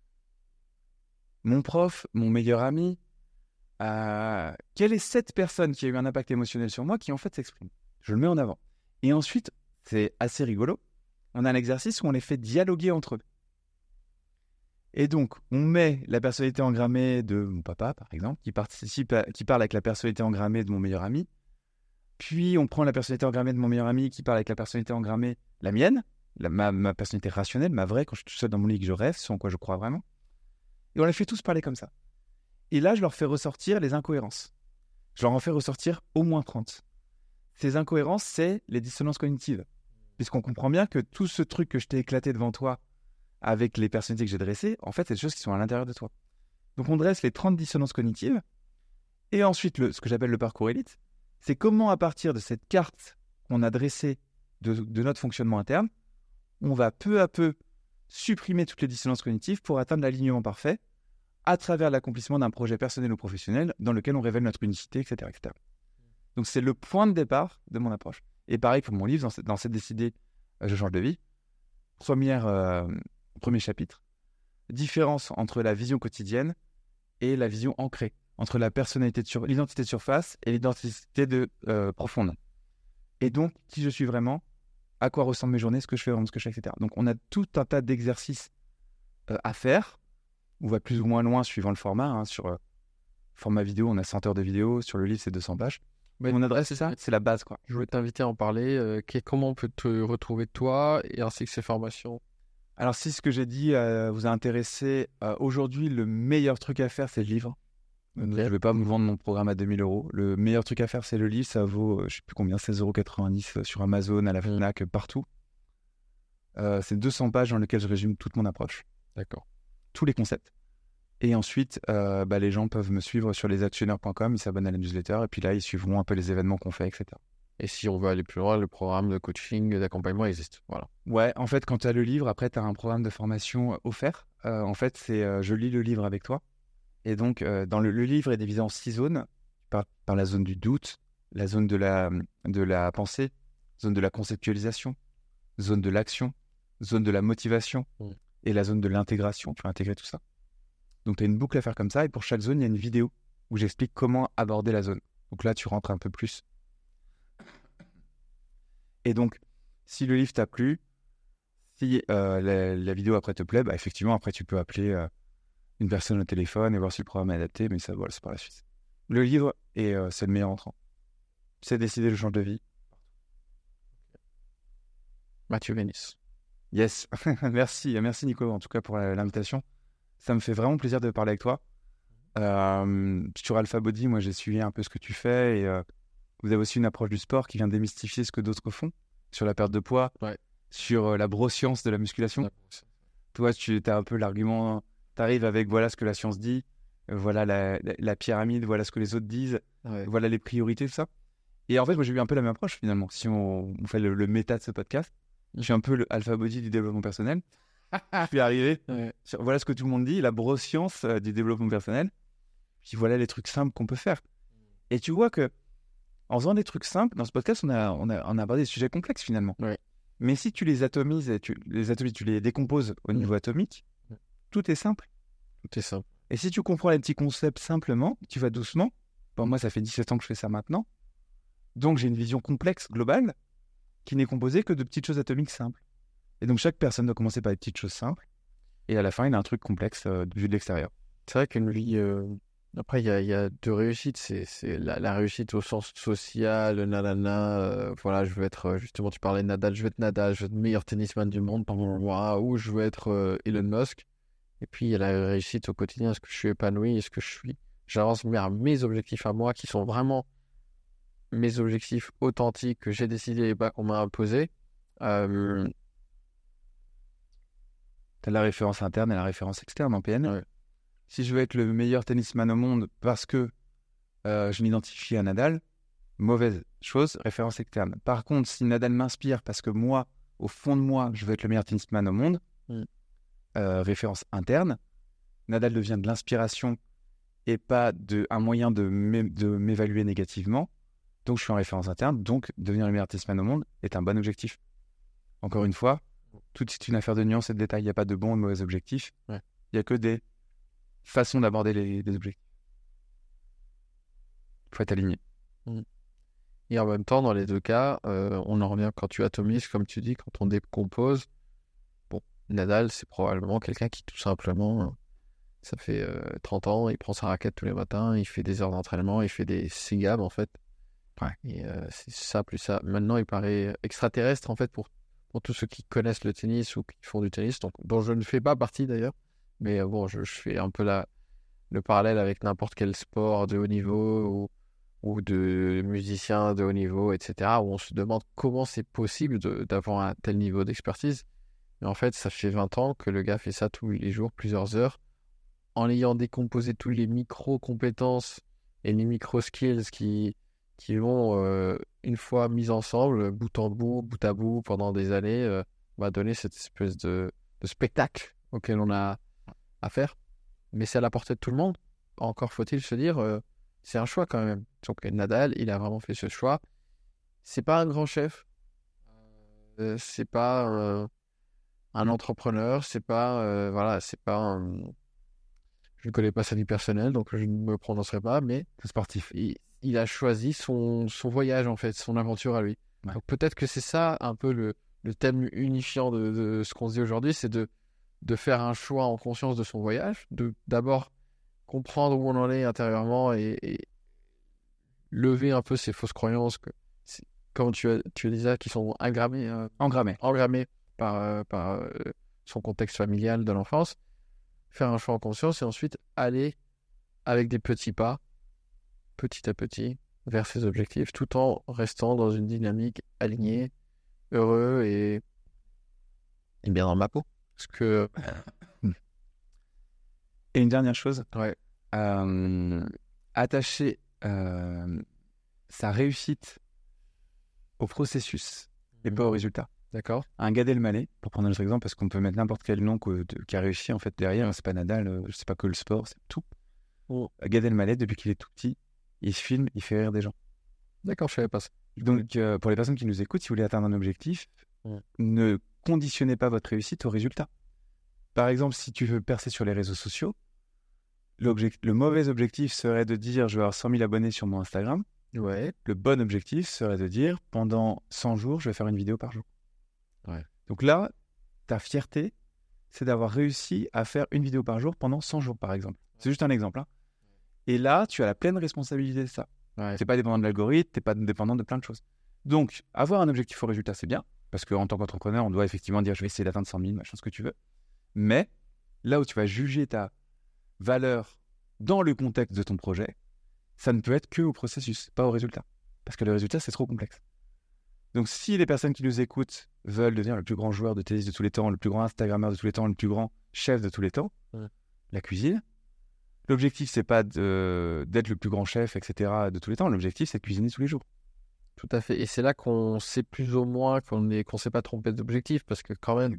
mon prof, mon meilleur ami. Euh, quelle est cette personne qui a eu un impact émotionnel sur moi qui en fait s'exprime? Je le mets en avant. Et ensuite, c'est assez rigolo, on a un exercice où on les fait dialoguer entre eux. Et donc, on met la personnalité engrammée de mon papa, par exemple, qui, participe à- qui parle avec la personnalité engrammée de mon meilleur ami. Puis, on prend la personnalité engrammée de mon meilleur ami qui parle avec la personnalité engrammée, la mienne, la- ma, ma personnalité rationnelle, ma vraie, quand je suis tout seul dans mon lit et que je rêve, ce en quoi je crois vraiment. Et on les fait tous parler comme ça. Et là, je leur fais ressortir les incohérences. Je leur en fais ressortir au moins trente. Ces incohérences, c'est les dissonances cognitives. Puisqu'on comprend bien que tout ce truc que je t'ai éclaté devant toi avec les personnalités que j'ai dressées, en fait, c'est des choses qui sont à l'intérieur de toi. Donc, on dresse les trente dissonances cognitives. Et ensuite, le, ce que j'appelle le parcours élite, c'est comment, à partir de cette carte qu'on a dressée de, de notre fonctionnement interne, on va peu à peu supprimer toutes les dissonances cognitives pour atteindre l'alignement parfait à travers l'accomplissement d'un projet personnel ou professionnel dans lequel on révèle notre unicité, et cetera, et cetera. Donc, c'est le point de départ de mon approche. Et pareil pour mon livre, dans, dans cette décidée, euh, je change de vie. Première, euh, premier chapitre. Différence entre la vision quotidienne et la vision ancrée. Entre la personnalité de sur... l'identité de surface et l'identité de, euh, profonde. Et donc, qui je suis vraiment, à quoi ressemblent mes journées, ce que je fais vraiment, ce que je fais, et cetera. Donc, on a tout un tas d'exercices euh, à faire. On va plus ou moins loin suivant le format. Hein. Sur euh, format vidéo, on a cent heures de vidéo. Sur le livre, c'est deux cents pages. Mais Mon adresse, c'est ça, c'est la base, quoi. je voulais t'inviter à en parler. euh, qu'est- comment on peut te retrouver toi et ainsi que ces formations? Alors, si ce que j'ai dit euh, vous a intéressé, euh, aujourd'hui, le meilleur truc à faire, c'est le livre. Euh, Ok. Je ne vais pas me vendre mon programme à deux mille euros. Le meilleur truc à faire, c'est le livre. Ça vaut, euh, je ne sais plus combien, seize euros quatre-vingt-dix sur Amazon, à la Mm. Fnac, partout. Euh, c'est deux cents pages dans lesquelles je résume toute mon approche, D'accord. tous les concepts. Et ensuite, euh, bah, les gens peuvent me suivre sur les actionnaires point com, ils s'abonnent à la newsletter, et puis là, ils suivront un peu les événements qu'on fait, et cetera. Et si on veut aller plus loin, le programme de coaching, d'accompagnement existe. Voilà. Ouais, en fait, quand tu as le livre, après, tu as un programme de formation euh, offert. Euh, en fait, c'est euh, je lis le livre avec toi. Et donc, euh, dans le, le livre est divisé en six zones, par, par la zone du doute, la zone de la, de la pensée, zone de la conceptualisation, zone de l'action, zone de la motivation Mm. et la zone de l'intégration. Tu vas intégrer tout ça. Donc, tu as une boucle à faire comme ça. Et pour chaque zone, il y a une vidéo où j'explique comment aborder la zone. Donc là, tu rentres un peu plus. Et donc, si le livre t'a plu, si euh, la, la vidéo après te plaît, bah, effectivement, après, tu peux appeler euh, une personne au téléphone et voir si le programme est adapté. Mais ça, voilà, c'est par la suite. Le livre, est, euh, c'est le meilleur entrant. C'est décider le change de vie. Mathieu Vénis. Yes. Merci. Merci, Nico, en tout cas, pour la- l'invitation. Ça me fait vraiment plaisir de parler avec toi. Euh, sur Alpha Body, moi, j'ai suivi un peu ce que tu fais. Et euh, vous avez aussi une approche du sport qui vient démystifier ce que d'autres font sur la perte de poids, Ouais. sur euh, la broscience de la musculation. Toi, tu as un peu l'argument, tu arrives avec voilà ce que la science dit, euh, voilà la, la, la pyramide, voilà ce que les autres disent, Ouais. voilà les priorités, tout ça. Et en fait, moi, j'ai eu un peu la même approche finalement. Si on, on fait le, le méta de ce podcast, je suis un peu le Alpha Body du développement personnel. Je suis arrivé Ouais. sur voilà ce que tout le monde dit, la broscience euh, du développement personnel. Puis voilà les trucs simples qu'on peut faire. Et tu vois que en faisant des trucs simples, dans ce podcast, on a, on a, on a abordé des sujets complexes finalement. Ouais. Mais si tu les atomises, et tu les atomises, tu les décomposes au Mm. niveau atomique, Mm. tout est simple. C'est simple. Et si tu comprends les petits concepts simplement, tu vas doucement. Bon, moi, ça fait dix-sept ans que je fais ça maintenant. Donc, j'ai une vision complexe, globale, qui n'est composée que de petites choses atomiques simples. Et donc, chaque personne doit commencer par des petites choses simples. Et à la fin, il a un truc complexe euh, vu de l'extérieur. C'est vrai qu'une vie. euh, Après, il y a, il y a deux réussites. C'est, c'est la, la réussite au sens social, nanana. euh, Voilà, je veux être. euh, Justement, tu parlais de Nadal. Je veux être Nadal. Je veux être le meilleur tennisman du monde. Ou je veux être euh, Elon Musk. Et puis, il y a la réussite au quotidien. Est-ce que je suis épanoui? Est-ce que je suis. J'avance vers mes objectifs à moi qui sont vraiment mes objectifs authentiques que j'ai décidés et pas qu'on m'a imposés. Euh, Tu as la référence interne et la référence externe en P N L. Ouais. Si je veux être le meilleur tennisman au monde parce que euh, je m'identifie à Nadal, mauvaise chose, référence externe. Par contre, si Nadal m'inspire parce que moi, au fond de moi, je veux être le meilleur tennisman au monde, Mm. euh, référence interne, Nadal devient de l'inspiration et pas de, un moyen de, m'é- de m'évaluer négativement. Donc, je suis en référence interne. Donc, devenir le meilleur tennisman au monde est un bon objectif. Encore une fois, tout est une affaire de nuances et de détails. Il n'y a pas de bons ou de mauvais objectifs. Ouais. Il n'y a que des façons d'aborder les, les objectifs. Il faut être aligné. Et en même temps, dans les deux cas, euh, on en revient quand tu atomises, comme tu dis, quand on décompose. Bon, Nadal, c'est probablement quelqu'un qui, tout simplement, euh, ça fait euh, trente ans, il prend sa raquette tous les matins, il fait des heures d'entraînement, il fait des six gammes, en fait. Ouais. Et euh, c'est ça, plus ça. Maintenant, il paraît extraterrestre, en fait, pour, pour tous ceux qui connaissent le tennis ou qui font du tennis, donc, dont je ne fais pas partie d'ailleurs. Mais euh, bon, je, je fais un peu la, le parallèle avec n'importe quel sport de haut niveau ou ou de musiciens de haut niveau, et cetera, où on se demande comment c'est possible de- d'avoir un tel niveau d'expertise. Mais en fait, ça fait vingt ans que le gars fait ça tous les jours, plusieurs heures, en ayant décomposé tous les micro-compétences et les micro-skills qui, qui vont, euh, une fois mis ensemble, bout en bout, bout à bout, pendant des années, euh, va donner cette espèce de, de spectacle auquel on a affaire. Mais c'est à la portée de tout le monde. Encore faut-il se dire... euh, c'est un choix quand même. Donc Nadal, il a vraiment fait ce choix. C'est pas un grand chef. Euh, c'est pas euh, un entrepreneur. C'est pas euh, voilà, c'est pas. Un... Je ne connais pas sa vie personnelle, donc je ne me prononcerai pas. Mais C'est sportif. il, il a choisi son, son voyage en fait, son aventure à lui. Ouais. Donc peut-être que c'est ça un peu le, le thème unifiant de, de ce qu'on se dit aujourd'hui, c'est de de faire un choix en conscience de son voyage, de d'abord comprendre où on en est intérieurement et, et lever un peu ces fausses croyances que, c'est- comme tu, as, tu disais, qui sont engrammées, euh, Engrammé. engrammées par, euh, par euh, son contexte familial de l'enfance, faire un choix en conscience et ensuite aller avec des petits pas, petit à petit, vers ses objectifs, tout en restant dans une dynamique alignée, heureux et, et bien dans ma peau. Parce que, Et une dernière chose, ouais, euh, attacher euh, sa réussite au processus et pas au résultat. d'accord. Un Gad Elmaleh, pour prendre un autre exemple, parce qu'on peut mettre n'importe quel nom que- de- qui a réussi en fait derrière, c'est pas Nadal, euh, c'est pas que le sport, c'est tout. Oh. Gad Elmaleh, depuis qu'il est tout petit, il se filme, il fait rire des gens. D'accord, je savais pas ça. Donc, euh, pour les personnes qui nous écoutent, si vous voulez atteindre un objectif, Mm. ne conditionnez pas votre réussite au résultat. Par exemple, si tu veux percer sur les réseaux sociaux, l'objec- le mauvais objectif serait de dire je vais avoir cent mille abonnés sur mon Instagram. Ouais. Le bon objectif serait de dire pendant cent jours, je vais faire une vidéo par jour. Ouais. Donc là, ta fierté, c'est d'avoir réussi à faire une vidéo par jour pendant cent jours, par exemple. C'est juste un exemple. Hein. Et là, tu as la pleine responsabilité de ça. Ouais. Tu n'es pas dépendant de l'algorithme, tu n'es pas dépendant de plein de choses. Donc, avoir un objectif au résultat, c'est bien, parce qu'en tant qu'entrepreneur, on doit effectivement dire je vais essayer d'atteindre cent mille, machin, ce que tu veux. Mais là où tu vas juger ta valeur dans le contexte de ton projet, ça ne peut être que au processus, pas au résultat. Parce que le résultat, c'est trop complexe. Donc, si les personnes qui nous écoutent veulent devenir le plus grand joueur de tennis de tous les temps, le plus grand Instagrammeur de tous les temps, le plus grand chef de tous les temps, Ouais. la cuisine, l'objectif, c'est pas de, d'être le plus grand chef, et cetera de tous les temps. L'objectif, c'est de cuisiner tous les jours. Tout à fait. Et c'est là qu'on sait plus ou moins qu'on est, qu'on s'est pas trompé d'objectif, parce que quand même,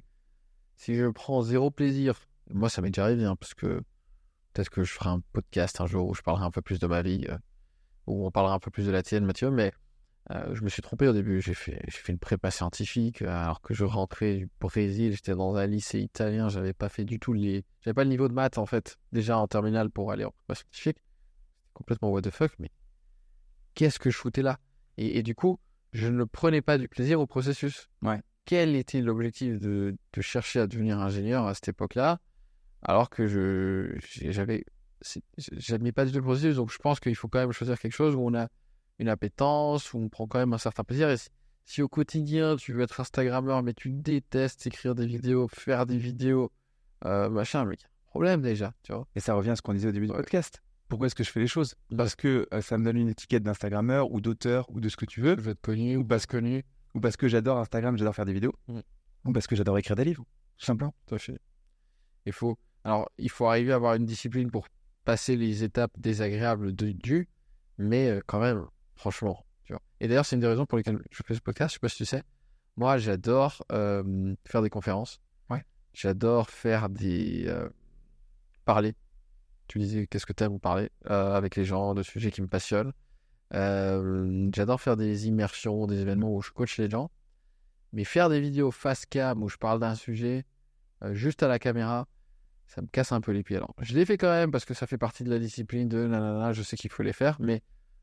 si je prends zéro plaisir, moi ça m'est déjà arrivé, hein, parce que peut-être que je ferai un podcast un jour où je parlerai un peu plus de ma vie, euh, où on parlera un peu plus de la tienne, Mathieu, mais euh, je me suis trompé au début. J'ai fait, j'ai fait une prépa scientifique, euh, alors que je rentrais du Brésil, j'étais dans un lycée italien, j'avais pas fait du tout les... J'avais pas le niveau de maths, en fait, déjà en terminale pour aller en prépa scientifique. Complètement what the fuck, mais qu'est-ce que je foutais là? Et, et du coup, je ne prenais pas du plaisir au processus. Ouais. Quel était l'objectif de, de chercher à devenir ingénieur à cette époque-là, alors que je j'avais c'est- j'admets pas du tout le processus, donc je pense qu'il faut quand même choisir quelque chose où on a une appétence, où on prend quand même un certain plaisir. Et si, si au quotidien tu veux être Instagrammeur, mais tu détestes écrire des vidéos, faire des vidéos, euh, machin, mais il y a un problème déjà, tu vois. Et ça revient à ce qu'on disait au début du Ouais. podcast. Pourquoi est-ce que je fais les choses? Ouais. Parce que euh, ça me donne une étiquette d'Instagrammeur ou d'auteur ou de ce que tu veux, Je veux être connu ou ou parce, pas connu. ou parce que j'adore Instagram, j'adore faire des vidéos, Mm. ou parce que j'adore écrire des livres, tout simplement. Tout à fait. Il faut, alors, il faut arriver à avoir une discipline pour passer les étapes désagréables de, du, mais euh, quand même, franchement. Tu vois. Et d'ailleurs, c'est une des raisons pour lesquelles je fais ce podcast. Je sais pas si tu sais. Moi, j'adore euh, faire des conférences. Ouais. J'adore faire des. euh, parler. Tu disais qu'est-ce que tu aimes parler euh, avec les gens de sujets qui me passionnent. Euh, j'adore faire des immersions, des événements où je coach les gens. Mais faire des vidéos face cam où je parle d'un sujet euh, juste à la caméra, ça me casse un peu les pieds. Alors, je les fais quand même parce que ça fait partie de la discipline de nanana, je sais qu'il faut les faire. Mais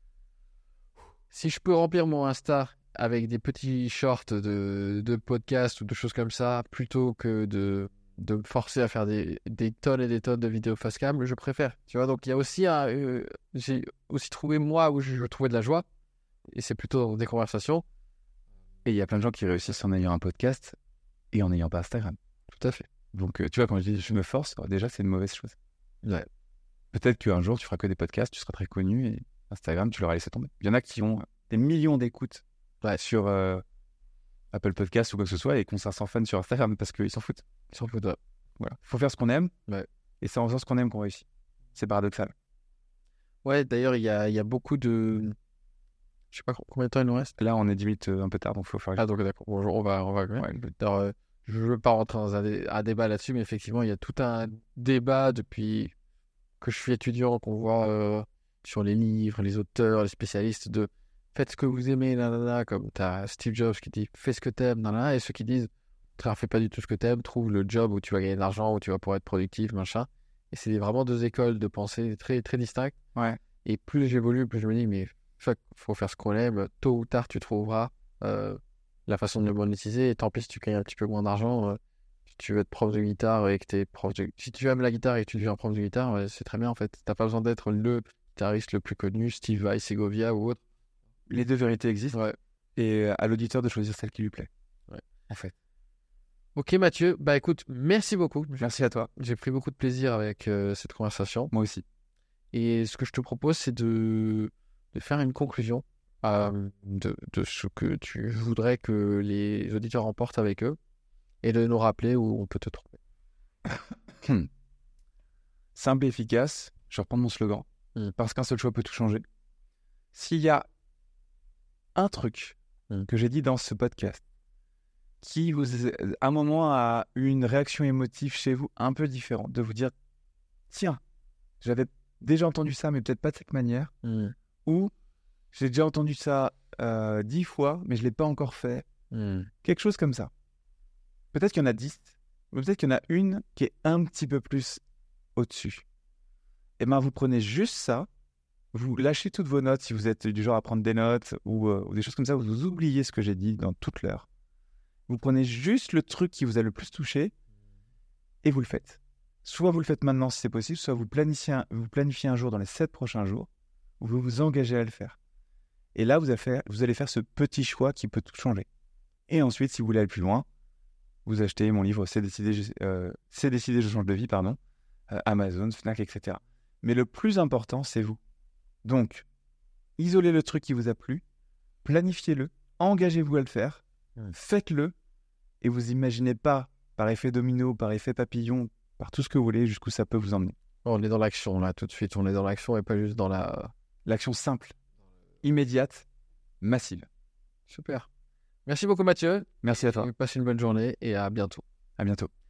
si je peux remplir mon Insta avec des petits shorts de, de podcasts ou de choses comme ça, plutôt que de, de me forcer à faire des, des tonnes et des tonnes de vidéos face cam, je préfère. Tu vois, donc il y a aussi un, euh, j'ai aussi trouvé moi où je, je trouvais de la joie, et c'est plutôt dans des conversations. Et il y a plein de gens qui réussissent en ayant un podcast et en n'ayant pas Instagram. Tout à fait. Donc, euh, tu vois, quand je dis je me force, déjà, c'est une mauvaise chose. Ouais. Peut-être qu'un jour, tu feras que des podcasts, tu seras très connu et Instagram, tu l'auras laissé tomber. Il y en a qui ont des millions d'écoutes Ouais. sur euh, Apple Podcasts ou quoi que ce soit et qui ont cinq cents fans sur Instagram parce qu'ils s'en foutent. Ils s'en foutent. Ouais. Voilà. Il faut faire ce qu'on aime Ouais. et c'est en faisant ce qu'on aime qu'on réussit. C'est paradoxal. Ouais, d'ailleurs, il y a, il y a beaucoup de. Je sais pas combien de temps il nous reste. Là, on est limite euh, un peu tard, donc il faut faire. Ah, donc d'accord. Bon, on va, on va. Ouais. Alors, euh, je ne veux pas rentrer dans un, dé- un débat là-dessus, mais effectivement, il y a tout un débat depuis que je suis étudiant, qu'on voit euh, sur les livres, les auteurs, les spécialistes de faites ce que vous aimez, nanana, comme tu as Steve Jobs qui dit fais ce que t'aimes, nanana, et ceux qui disent frère, fais pas du tout ce que t'aimes, trouve le job où tu vas gagner de l'argent, où tu vas pouvoir être productif, machin. Et c'est vraiment deux écoles de pensée très, très distinctes. Ouais. Et plus j'évolue, plus je me dis, mais fuck, faut faire ce qu'on aime, tôt ou tard, tu trouveras euh, la façon de le monétiser, et tant pis si tu gagnes un petit peu moins d'argent. Euh, si tu veux être prof de guitare et que t'es prof de... Si tu aimes la guitare et que tu deviens prof de guitare, ouais, c'est très bien en fait. T'as pas besoin d'être le guitariste le plus connu, Steve Vai, Segovia ou autre. Les deux vérités existent. Ouais. Et à l'auditeur de choisir celle qui lui plaît. Ouais. En fait. Ok Mathieu, bah écoute, merci beaucoup. Merci à toi. J'ai pris beaucoup de plaisir avec euh, cette conversation. Moi aussi. Et ce que je te propose, c'est de, de faire une conclusion euh, de, de ce que tu voudrais que les auditeurs emportent avec eux et de nous rappeler où on peut te trouver. Simple et efficace, je vais reprendre mon slogan, Mm. parce qu'un seul choix peut tout changer. S'il y a un truc Mm. que j'ai dit dans ce podcast qui, vous, à un moment, a eu une réaction émotive chez vous un peu différente, de vous dire, tiens, j'avais déjà entendu ça, mais peut-être pas de cette manière, Mm. ou j'ai déjà entendu ça euh, dix fois, mais je ne l'ai pas encore fait. Mm. Quelque chose comme ça. Peut-être qu'il y en a dix, mais peut-être qu'il y en a une qui est un petit peu plus au-dessus. Et bien, vous prenez juste ça, vous lâchez toutes vos notes si vous êtes du genre à prendre des notes ou, euh, ou des choses comme ça, vous oubliez ce que j'ai dit dans toute l'heure. Vous prenez juste le truc qui vous a le plus touché et vous le faites. Soit vous le faites maintenant si c'est possible, soit vous planifiez un, vous planifiez un jour dans les sept prochains jours où vous vous engagez à le faire. Et là, vous allez faire, vous allez faire ce petit choix qui peut tout changer. Et ensuite, si vous voulez aller plus loin, vous achetez mon livre C'est décidé, je, euh, C'est décidé, je change de vie, pardon, euh, Amazon, Fnac, et cetera. Mais le plus important, c'est vous. Donc, isolez le truc qui vous a plu, planifiez-le, engagez-vous à le faire, mmh. faites-le, et vous imaginez pas, par effet domino, par effet papillon, par tout ce que vous voulez, jusqu'où ça peut vous emmener. On est dans l'action, là, tout de suite. On est dans l'action et pas juste dans la... L'action simple, immédiate, massive. Super. Merci beaucoup, Mathieu. Merci à toi. Passe une bonne journée et à bientôt. À bientôt.